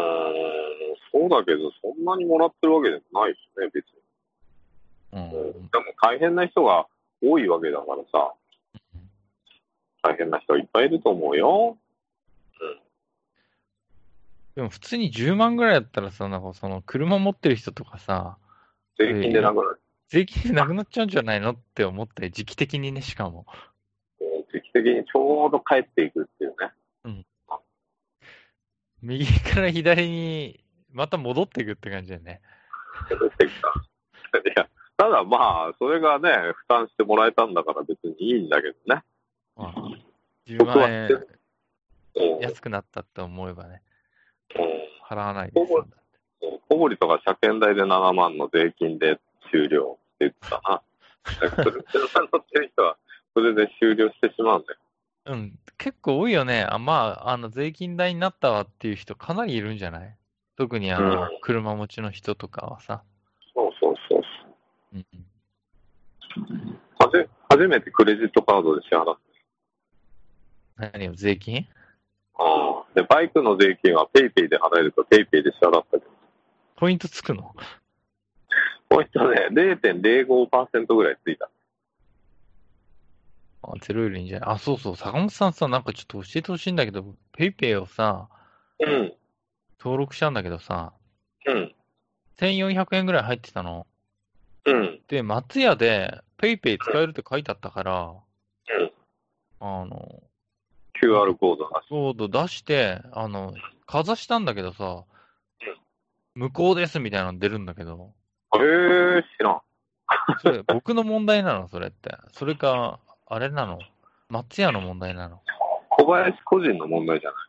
そうだけど、そんなにもらってるわけでもないしね、別に。でも大変な人が多いわけだからさ、大変な人いっぱいいると思うよ。 でも普通に10万ぐらいだったらさ、なんかその車持ってる人とかさ、 税金でなくなる。 税金でなくなっちゃうんじゃないのって思って、時期的にね、しかも。 時期的にちょうど帰っていくっていうね。 うん。右から左に、また戻っていくって感じだよね。 いや、ただまあ、それがね、負担してもらえたんだから別にいいんだけどね。 まあ、10万円安くなったって思えばね、払わないですよ。 小堀とか車検代で7万の税金で終了って言ってたな。車乗ってる人はそれで終了してしまうんだよ。 うん、結構多いよね。まあ、税金代になったわっていう人かなりいるんじゃない？特に車持ちの人とかはさ。 そうそうそううん。 初めてクレジットカードで支払った。 何よ、税金？ で、バイクの税金はペイペイで払えるとペイペイで支払ったけど。 ポイントつくの？ ポイントね、0.05% ぐらいついた。 ゼロよりいいんじゃない？そうそう、坂本さんさ、なんかちょっと教えてほしいんだけど、ペイペイをさ、登録したんだけどさ、1400円ぐらい入ってたの。で、松屋でペイペイ使えるって書いてあったから、 QR コード出して、かざしたんだけどさ、無効ですみたいなの出るんだけど。 知らん。 それ、僕の問題なのそれって。それか、あれなの松屋の問題なの？ 小林個人の問題じゃない。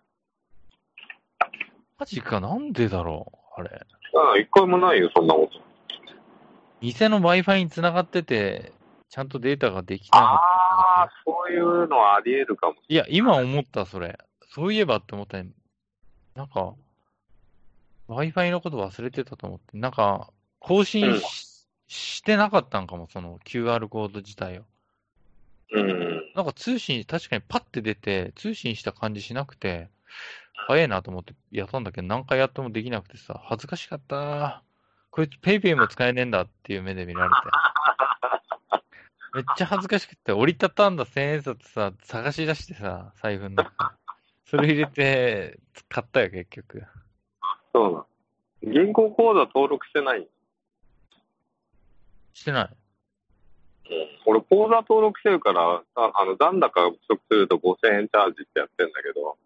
マジか、なんでだろうあれ。 一回もないよ、そんなこと。 店の Wi-Fi に繋がってて、ちゃんとデータができなかった。 そういうのはあり得るかもしれない。いや、今思った、それ。そういえばって思った。なんか、Wi-Fi のこと忘れてたと思って。なんか、更新してなかったんかも、その QR コード自体を。なんか通信、確かにパッて出て、通信した感じしなくて、早いなと思ってやったんだけど、何回やってもできなくてさ、恥ずかしかった。こいつペイペイも使えねえんだっていう目で見られて。めっちゃ恥ずかしくて、折りたたんだ千円札さ、探し出してさ、財布の中。それ入れて、買ったよ、結局。 そうな。銀行口座登録してない？ してない。 俺、口座登録してるから、残高不足すると5000円チャージってやってんだけど、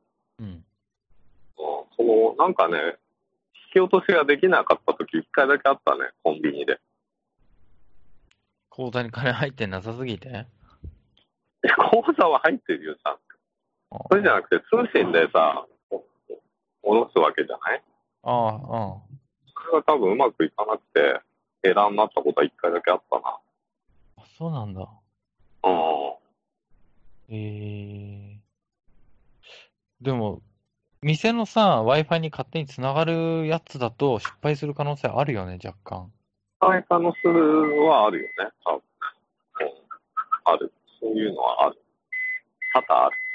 なんかね、引き落としができなかった時1回だけあったね、コンビニで。 口座に金入ってなさすぎて？ 口座は入ってるよ、ちゃんと。それじゃなくて、通信でさ、下ろすわけじゃない？それが多分うまくいかなくて、エラーになったことは1回だけあったな。 そうなんだ。でも、店のさ、Wi-Fi に勝手に繋がるやつだと失敗する可能性あるよね、若干。 可能するはあるよね、多分。ある。そういうのはある。多々ある。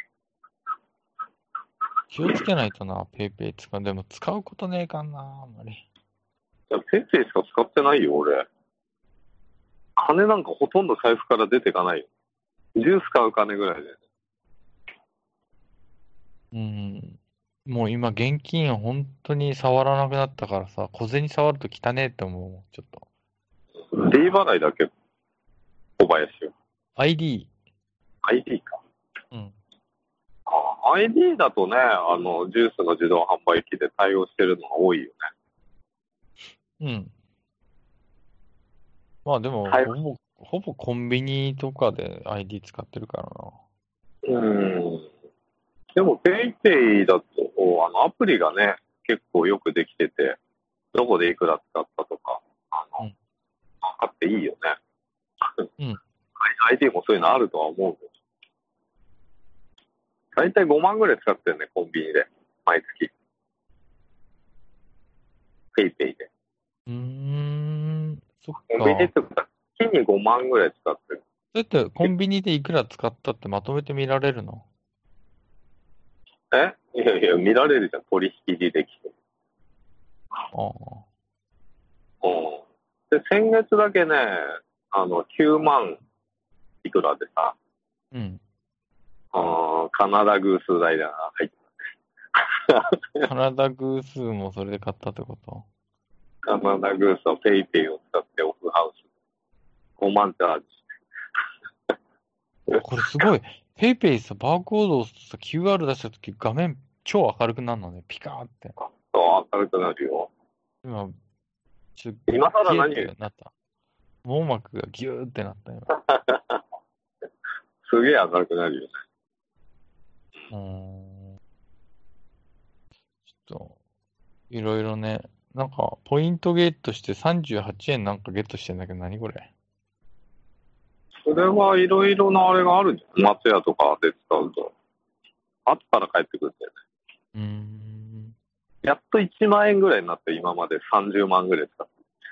気をつけないとな、ペイペイ使う。でも使うことねえかな、あんまり。 いや、ペイペイしか使ってないよ、俺。金なんかほとんど財布から出てかないよ。ジュース買う金ぐらいで。 もう今現金本当に触らなくなったからさ、小銭触ると汚ねえって思う、ちょっと。 D 払いだけ、小林よ。 ID。 ID か。ID だとね、ジュースの自動販売機で対応してるのが多いよね。まあでも、ほぼコンビニとかで ID 使ってるからな。 でも PayPay だと、アプリがね、結構よくできてて、どこでいくら使ったとか、分かっていいよね。ID もそういうのあるとは思うけど。大体5万ぐらい使ってるね、コンビニで。毎月。PayPay で。 そっか。 コンビニって月に5万ぐらい使ってる。 だってコンビニでいくら使ったってまとめて見られるの？ いやいや、見られるじゃん、取引履歴と。 ああ。 うん。で、先月だけね、9万いくらでさ、 うん。 カナダグース代だな、入ってカナダグースもそれで買ったってこと？ カナダグースはペイペイを使ってオフハウス5万チャージ。 これすごい。ペイペイさ、バーコードを押すとさ、QR 出したとき画面超明るくなるのね。ピカーって。 そう、明るくなるよ。 今、ちょっと、 今更ピエっ何言うてなった。網膜がギューってなった今。 すげえ明るくなるよね。 うーん。ちょっと、いろいろね。なんか、ポイントゲットして38円なんかゲットしてんだけど、何これ。 それはいろいろなあれがあるんじゃん。松屋とかで使うと。後から帰ってくるんだよね。 うーん。 やっと1万円ぐらいになって、今まで30万ぐらい使っ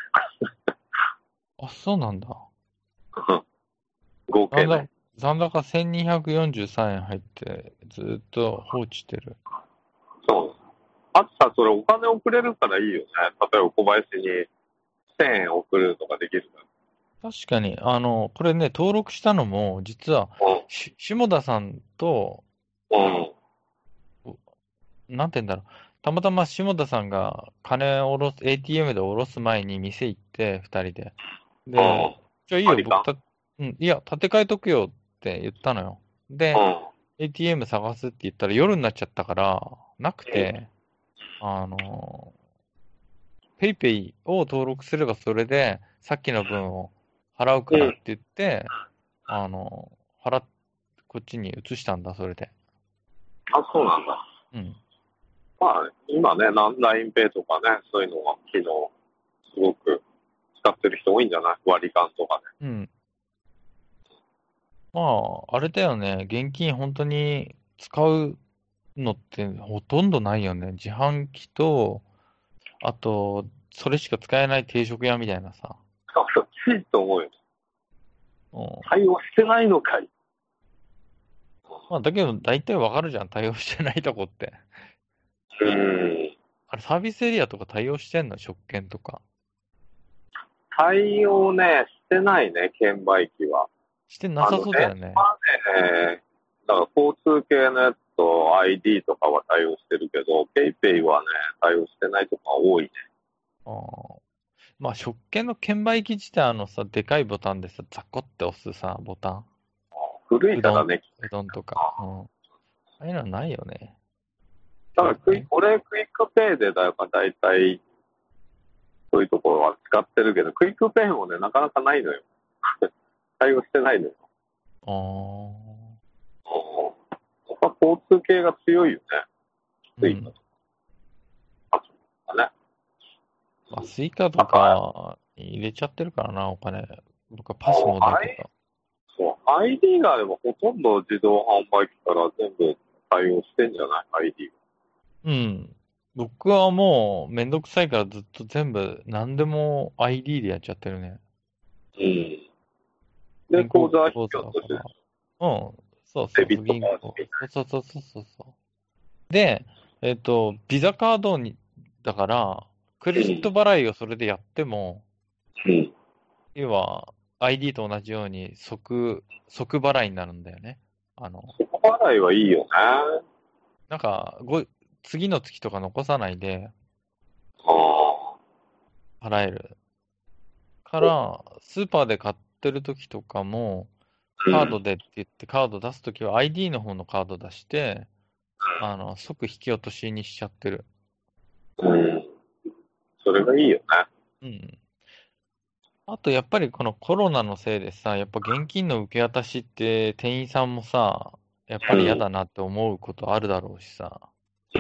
あ、そうなんだ。 た。合計ね。 残高1243円入って、ずーっと放置してる。 そう。あとさ、それお金送れるからいいよね。例えば小林に1000円送るとかできるか確かに、これね、登録したのも、実は、 ら。 下田さんと、 うん。うん。 なんて言うんだろう。たまたま下田さんが金を下ろす、ATM で下ろす前に店行って、二人で。 うん。 で、じゃあいいよ、 ありかうん、いや、立て替えとくよって言ったのよ。で、 うん。 ATM 探すって言ったら夜になっちゃったから、なくうん。 て、あの、ペイペイを登録すればそれで、さっきの分を払ううん。 からって言って、あの、払っ、こっちに移したんだ、それで。 あ、そうなんだ。 うん。 まあ、今ね、LINEPay とかね、そういうのが機能、すごく使ってる人多いんじゃない？割り勘とかうん。まあ、あれだよね。現金本当に使うのってほとんどないよね。自販機と、あと、それしか使えない定食屋みたいなさ。 そうそう、ついと思うよ。 うん。 対応してないのかい。 まあ、だけど大体わかるじゃん。対応してないとこって。 うん。 あれ、サービスエリアとか対応してんの？食券とか。 対応ね、してないね、券売機は。 してなさそうだ電よね。 話ね、だから交通系のやつと ID とかは対応してるけど、PayPay はね、対応してないとか多いね。 あーまあ、食券の券売機自体さ、でかいボタンでさ、ザコって押すさ、ボタン。 古いうどん、 からね。 うどんとか。うん。ああいうのはないよね。 だからね。 俺、クイックペイでだから大体、そういうところは使ってるけど、クイックペイもね、なかなかないのよ。対応してないのよ。 ああ。 やっぱ交通系が強いよね。スイカうん。 とかね。 まあ、スイカとあとは、 か入れちゃってるからな、お金。僕はパスもだけど。 そう、ID があればほとんど自動販売機から全部対応してんじゃない？ ID うん。僕はもうめんどくさいからずっと全部何でも ID でやっちゃってるね。 うん。で、 銀行口座引き口座落とし、 だから。うん。そうそうそう、 デビット銀行。 カードみそうそうそうそうそう。で、ビザカードに、だから、クレジットたいな。 払いをそれでやっても、 うん。うん。 要は ID と同じように即払いになるんだよね。 底払いはいいよね。 なんか、次の月とか残さないでああ。 払えるから、スーパーで買ってる時とかも、カードうん。 でって言ってカード出すときは ID の方のカード出して、即引き落としにしちゃってる。 うん。それがいいよね。 うん。あと、やっぱりこのコロナのせいでさ、やっぱ現金の受け渡しって店員さんもさ、やっぱり嫌うん。 だなって思うことあるだろうしさ、 うん。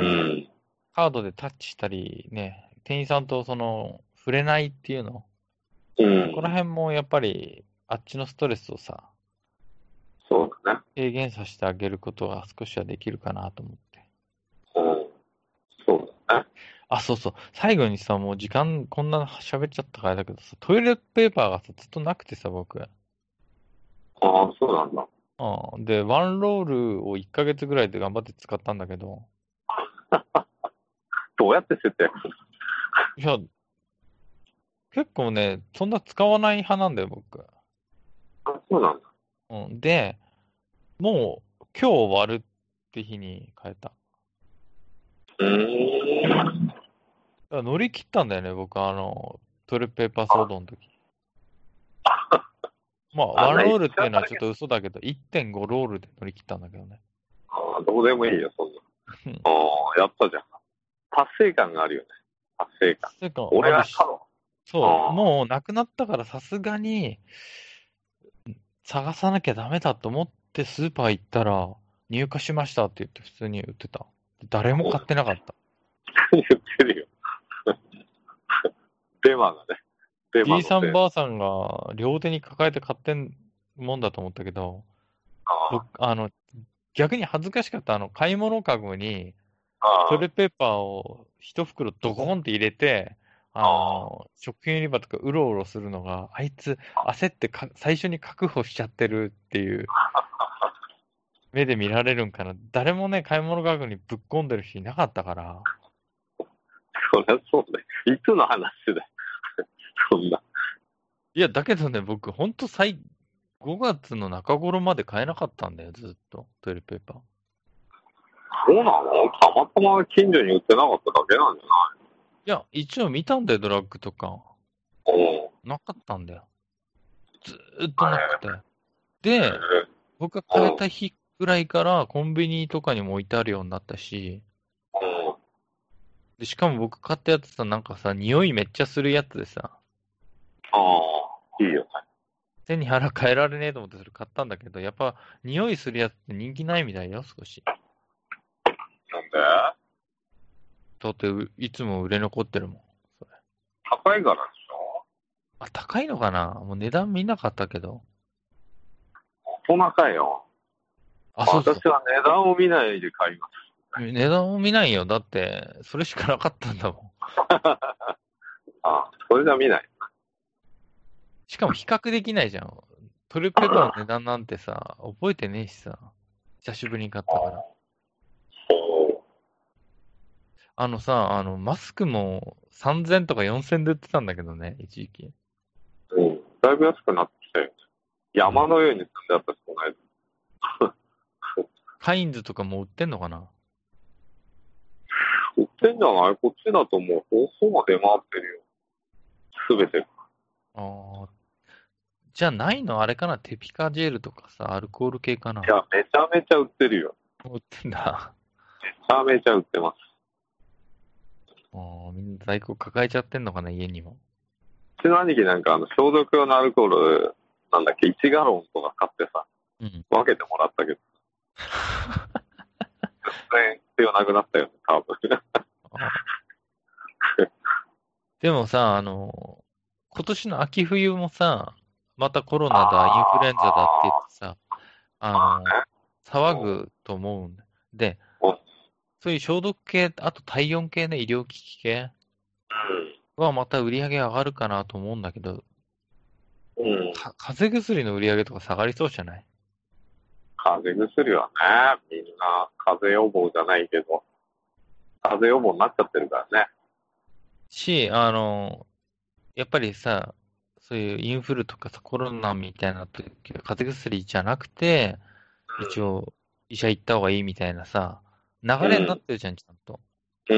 カードでタッチしたりね、店員さんと触れないっていうの、 うそこらん。 辺もやっぱりあっちのストレスをさ、 そうだね。 軽減させてあげることが少しはできるかなと思って。 うん。そうだね。 あ、そうそう。最後にさ、もう時間こんな喋っちゃったからだけどさ、トイレットペーパーがさ、ずっとなくてさ、僕。 ああ、そうなんだ。 うん。で、ワンロールを1ヶ月ぐらいで頑張って使ったんだけど、 どうやって設定？ いや、結構ね、そんな使わない派なんだよ、僕。 あ、そうなんだ。 うん。で、もう、今日終わるって日に変えた。 うーん。 だから乗り切ったんだよね、僕、トイレットペーパー騒動の時。まあ、ワンあんな一ロールっていうのは瞬だけ。 ちょっと嘘だけど、1.5ロールで乗り切ったんだけどね。 ああ、どうでもいいよ、そんな。 うん。 ああ、やったじゃん。達成感があるよね。達成感。 それか、あ俺るし、 がしたの。 そう、 ああ、 もうなくなったからさすがに探さなきゃダメだと思ってスーパー行ったら、入荷しましたって言って普通に売ってた。誰も買ってなかった。 言ってるよ。デマがね。デマじいさんのせい。 ばあさんが両手に抱えて買ってんもんだと思ったけど、僕、 あ逆に恥ずかしかった買い物かごにあ、あトイレットペーパーを一袋ドコンって入れて、 あ、 食品売り場とかうろうろするのが、あいつ焦って最初に確保しちゃってるっていう目で見られるんかな。誰もね、買い物かごにぶっ込んでる人いなかったから。 そりゃそうね。いつの話だよ。そんな。 いや、だけどね、僕、ほんと5月の中頃まで買えなかったんだよ、ずっと。トイレットペーパー。 そうなの？たまたま近所に売ってなかっただけなんじゃいや、一応見たんだよ、ドラッグとか。 ない？ なかったんだよ。ずーっとなくて。で、僕がうん。 買えた日ぐらいからコンビニとかにも置いてあるようになったし、 うん。 で、しかも僕買ったやつさ、なんかさ、匂いめっちゃするやつでさ、 ああ、いいよね。 手に腹変えられねえと思ってそれ買ったんだけど、やっぱ匂いするやつって人気ないみたいよ、少し。 なんで？ だっていつも売れ残ってるもん。それ。 高いからでしょ？ あ、高いのかなもう値段見なかったけど。 大人かよ。 あ、そうそ私は値段を見ないで買います。 う。値段を見ないよ。だって、それしかなかったんだもん。 ああ、それじゃ見ない。 しかも比較できないじゃん。トイレットペーパーの値段なんてさ、覚えてねえしさ。久しぶりに買ったから。 そマスクも3000とか4000で売ってたんだけどね、一時期。 う。うん。だいぶ安くなってきたよね。 うん。 山のように積んであったし、この間。 カインズとかも売ってんのかな？ 売ってんじゃない？こっちだともう放送が出回ってるよ。すべて。 ああ、じゃあないのあれかな？テピカジェルとかさ、アルコール系かな？ いや、めちゃめちゃ売ってるよ。 売ってんだ。 めちゃめちゃ売ってます。 ああ、みんな在庫抱えちゃってんのかな、家にも。 うちの兄貴なんか消毒用のアルコール、なんだっけ、1ガロンとか買ってさ、 うん。 分けてもらったけど、全然必要なくなったよね、多分。 あ、でもさ、今年の秋冬もさ、またコロナだ、インフルエンザだって言ってさ、あの、騒ぐと思うんだ。で、そういう消毒系、あと体温計ね、医療機器系はまた売り上げ上がるかなと思うんだけど、 うん。うん。 風邪薬の売り上げとか下がりそうじゃない？ 風邪薬はね、みんな風邪予防じゃないけど、風邪予防になっちゃってるからね。 し、やっぱりさ、そういうインフルとかさ、コロナみたいな時は風邪薬じゃなくて、一応医者行った方がいいみたいなさ、流うん。 れになってるじゃん、ちゃんと。 うん。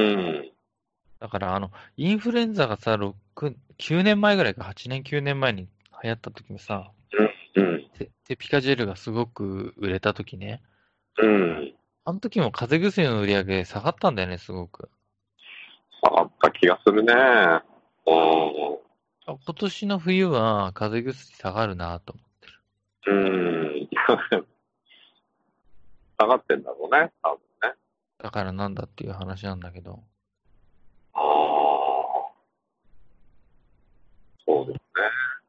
だからインフルエンザがさ、9年前ぐらいか、8年、9年前に流行った時もさ、 うん。 テピカジェルがすごく売れた時ね。 うん。 あの時も風邪薬の売り上げ下がったんだよね、すごく。 下がった気がするね。う今年の冬は風邪薬下がるなと思ってる。 ん。うん。下がってんだろうね、多分ね。 だからなんだっていう話なんだけど。 ああ、そうですね。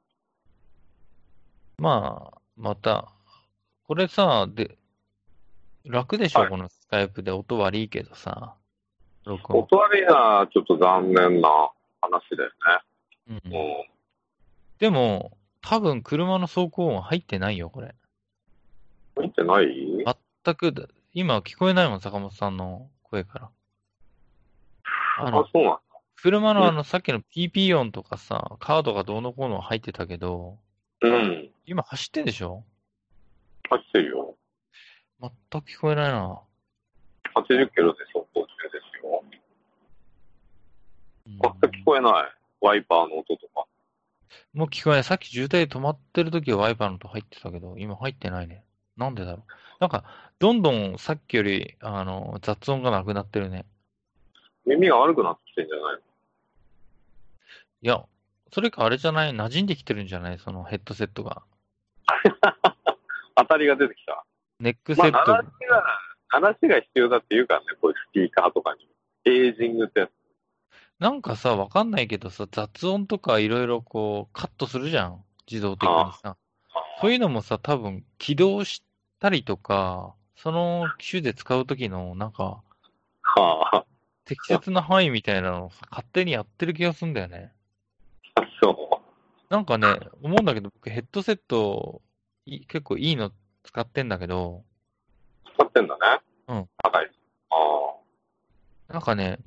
まあ、また、これさ、楽でしょ、 はい。 このスカイプで音悪いけどさ、録音。 お断りはちょっと残念な話だようん。 ね。 でも、多分車の走行音入ってないよ、これ。 うん。見てない？ 全くだ、今聞こえないもん、坂本さんの声から。 あ、そうなんだ。 車のさっきの PP 音とかさ、カードがどうのこうの入ってたけど、 うん。 今走ってんでしょ？ 走ってるよ。 全く聞こえないな。 80キロで走行中ですよ。 うん全く聞こえない。ワイパーの音とか。 もう聞こえない。さっき渋滞で止まってる時はワイパーの音入ってたけど、今入ってないね。なんでだろう。なんか、どんどんさっきより、雑音がなくなってるね。 耳が悪くなってきてんじゃないいや、それかあれじゃない？馴染んできてるんじゃない？そのヘッドセットが。 当たりが出てきた。 ネックまあ、 セット。 鳴らしが必要だって言うからね、こういうスピーカーとかに。エイジングってやつ。 なんかさ、わかんないけどさ、雑音とかいろいろこう、カットするじゃん。自動的あにさ。そういうのもさ、多分起動したりとか、その機種で使うときの、なんか、 あ、はあ、 適切な範囲みたいなのをさ、勝手にやってる気がするんだよね。 そなんかね、思うんだけど、僕ヘッドセット、結構いいの使ってんだけど、 う。使ってんだね。 うん。 高い。あなんかね、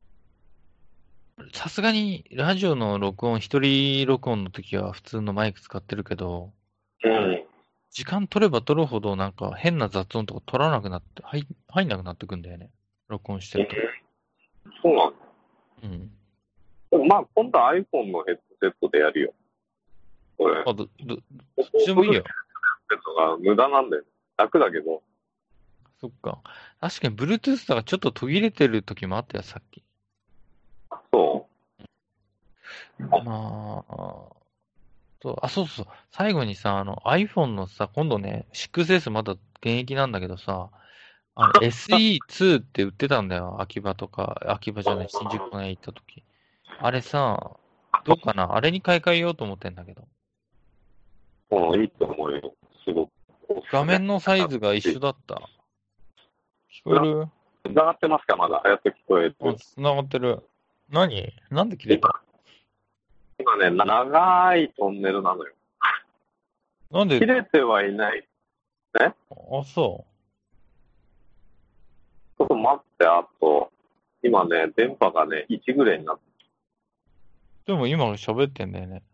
さすがにラジオの録音、一人録音の時は普通のマイク使ってるけど、 あ。うん。 時間取れば取るほどなんか変な雑音とか取らなくなって、入んなくなってくんだよね。録音してると。 そうなんだ。 うん。 でもまあ、今度は iPhone のヘッドセットでやるよ。これ。 あ、どっちでもいいよ。 ヘッドが無駄なんだよね。楽だけど。 そっか。確かに Bluetooth だからちょっと途切れてる時もあったよ、さっき。 そまあ、そうそう。最後にさ、iPhone のさ、今度ね、6S まだ現役なんだけどさ、SE2 って売ってたんだよ。秋葉じゃない、新宿の行った時。あれさ、どうかな？あれに買い替えようと思ってんだけど。 う。うん、いいと思うよ。すごく。 画面のサイズが一緒だった。聞こえる？ 繋がってますかまだ。やっと聞こえてあ、 る。 繋がってる。なんで切れた？ 今ね、長いトンネルなのよ。 なんで、 切れてはいない。ね。 あ、そちょっと待って、あと、今ね、電波がね、1ぐらいになって、 う。でも今喋ってんだよね。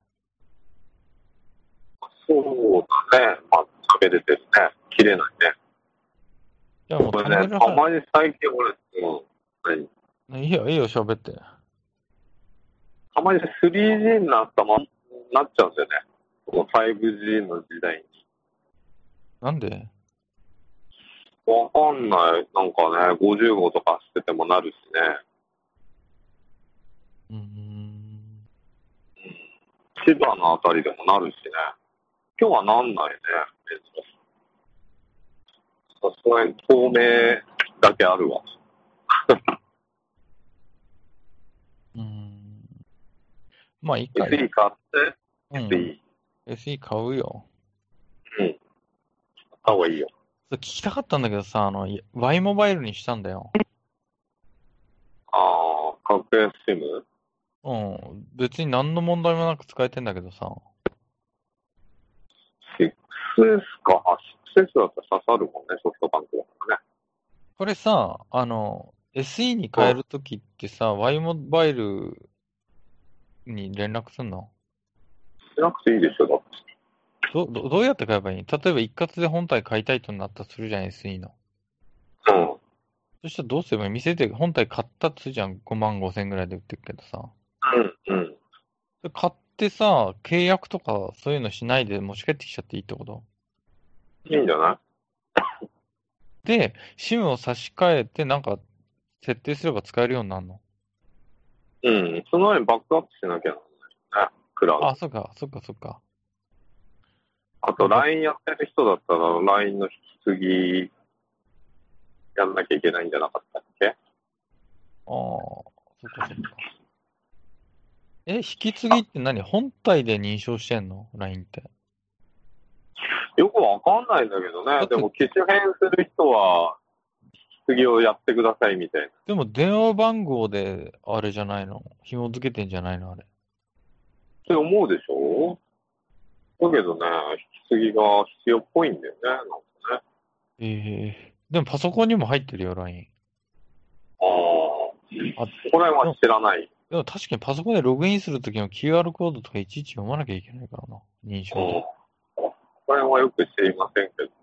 そうだね。まあ、喋れてるね。切れないね。 じゃあもうこれね、 トンネルたまに最近俺、 いいよ、いいよ、喋って。 たまに 3G になっちゃうんだよね。この 5G の時代に。 なんで？ わかんない。なんかね、50号とかしててもなるしね。 うーん。 千葉のあたりでもなるしね。今日はなんないね。さすがに透明だけあるわ。 うーん。まあ、いいか。 SE 買って、 うん。 SE。 SE 買うよ。 うん。買った方がいいよ。 そう聞きたかったんだけどさ、Y モバイルにしたんだよ。 ああ、格安 SIM？ うん。別に何の問題もなく使えてんだけどさ。 6S か。あ、6S だったら刺さるもんね、ソフトバンクだからね。 これさ、SE に変えるときってさ、Y モバイルに連絡すんの？ しなくていいでしょ、だって。 どうやって買えばいい？例えば一括で本体買いたいとなったとするじゃん、SE の。 うん。 そしたらどうすればいい？店で本体買ったっつうじゃん。5万5千ぐらいで売ってるけどさ。 うん、うん。 それ買ってさ、契約とかそういうのしないで持ち帰ってきちゃっていいってこと？ いいんじゃない？ で、SIM を差し替えてなんか設定すれば使えるようになるの？ うん。その前にバックアップしなきゃならないね。クラウド。 あ、そっか、そっか、そっか。 あと、LINE やってる人だったら、LINE の引き継ぎやんなきゃいけないんじゃなかったっけ？ ああ、そっか、そっか。引き継ぎって何？本体で認証してんの？ LINE って。 よくわかんないんだけどね。 だって、 でも、機種変する人は、引き継ぎをやってくださいみたいな。っでも電話番号であれじゃないの？紐付けてんじゃないのあれ？ て思うでしょ？だけどね、引き継ぎが必要っぽいんだよね。なんかね。 でもパソコンにも入ってるよ、LINE。 ああ。 あ、 これはでも知らない。 でも確かにパソコンでログインするときの QR コードとかいちいち読まなきゃいけないからな。認証で。 これはよく知りませんけどね。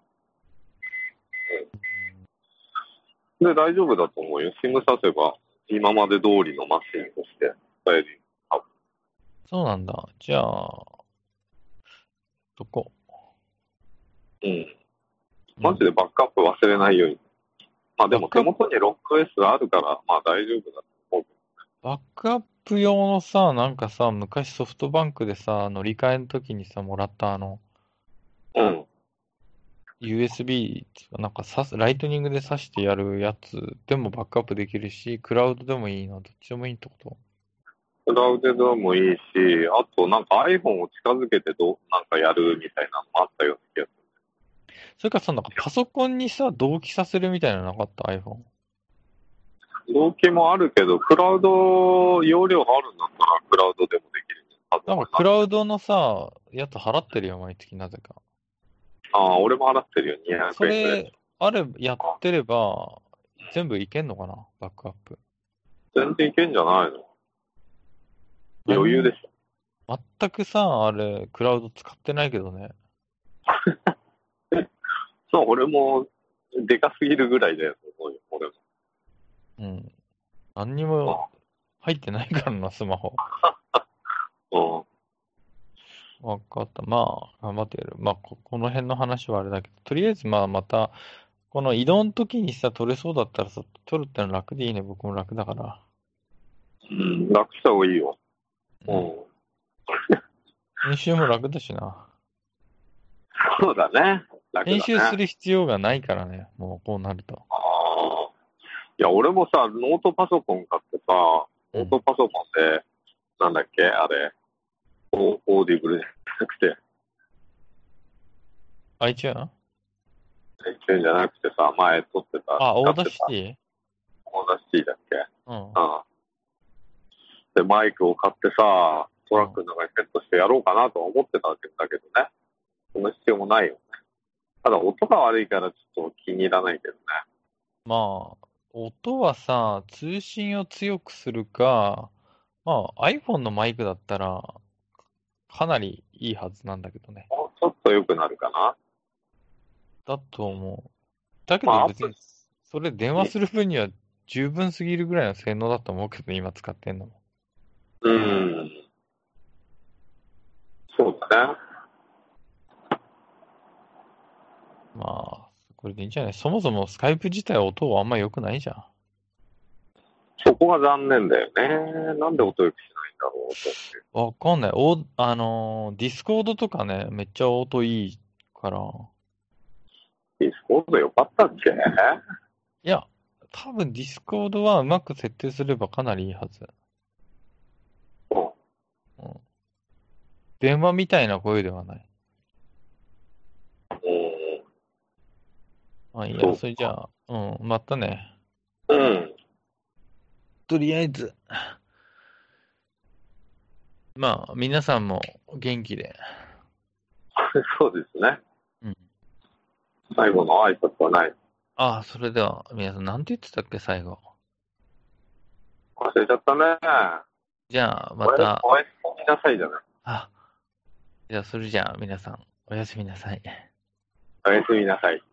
で、大丈夫だと思うよ。SIM 挿せば、今まで通りのマシンとして使えるよ。 そうなんだ。じゃあ、そこ。 うん。マジでバックアップ忘れないように。まあでも手元に 6S があるから、まあ大丈夫だと思う。 バックアップ用のさ、なんかさ、昔ソフトバンクでさ、乗り換えの時にさ、もらったうん。 USB っていうか、なんかライトニングで挿してやるやつでもバックアップできるし、クラウドでもいいの、どっちでもいいってこと？ クラウドでもいいし、あとなんか iPhone を近づけてなんかやるみたいなのもあったような気がすそれからさ、なんかパソコンにさ、同期させるみたいなのなかった iPhone？ る。動機もあるけど、クラウド、容量があるんだったらクラウドでもできるはずなんかクラウドのさ、やつ払ってるよ、毎月なぜか。 ああ、俺も払ってるよ、 そ 200円くらい。 れ、やってれば、全部いけんのかなバックアップ。 全然いけんじゃないの？余裕でし全くさ、あれ、クラウド使ってないけどね。 ょ。そう、俺もでかすぎるぐらいだよ、思うよ、俺も。 うん。何にも入ってないからな、スマホ。 うん。 わかった。まあ、頑張ってやる。まあ、この辺の話はあれだけど、とりあえずまあ、また、この移動の時にさ、取れそうだったらさ、取るってのは楽でいいね。僕も楽だから。 うん、楽した方がいいよ。うん。 編集も楽だしな。 そうだね。楽だね。 編集する必要がないからね。もうこうなると。 ああ。いや、俺もさ、ノートパソコン買ってさ、ノートパソコンで、なんだっけ、あれ、オーディブルじゃなくて、 iTunes？ iTunes じゃなくてさ、前撮ってた、 あ、オーダー使ってた、 シテオーダーシティだっけ。 ィ？うん。 うん。で、マイクを買ってさ、トラックの中にセットしてやろうかなとは思ってたんだけどね。その必要もないよね。ただ、音が悪いからちょっと気に入らないけどね。 まあ、音はさ、通信を強くするか、まあ iPhone のマイクだったら、かなりいいはずなんだけどね。 もうちょっと良くなるかな。 だと思う。だけまあ、アップど別に、それ電話する分には十分すぎるぐらいの性能だと思うけど、今使ってんのも。 うん。そうだね。 まあ、これでいいんじゃない？そもそもスカイプ自体音はあんま良くないじゃん。 そこが残念だよね。なんで音良くしないんだろうと思って。 わかんない。ディスコードとかね、めっちゃ音いいから。 ディスコード良かったっけ？ いや、多分ディスコードはうまく設定すればかなりいいはず。うん。電話みたいな声ではない。あ、いや、それじゃあ、またね。 うん。 とりあえず、まあ、皆さんも元気で。 そうですね。 うん。 最後の挨拶はない。 ああ、それでは、皆さん、なんて言ってたっけ、最後。 忘れちゃったね。 じゃあ、また、 おやすみなさいじゃない。 じゃあ、それじゃあ、皆さん、おやすみなさい。 おやすみなさい。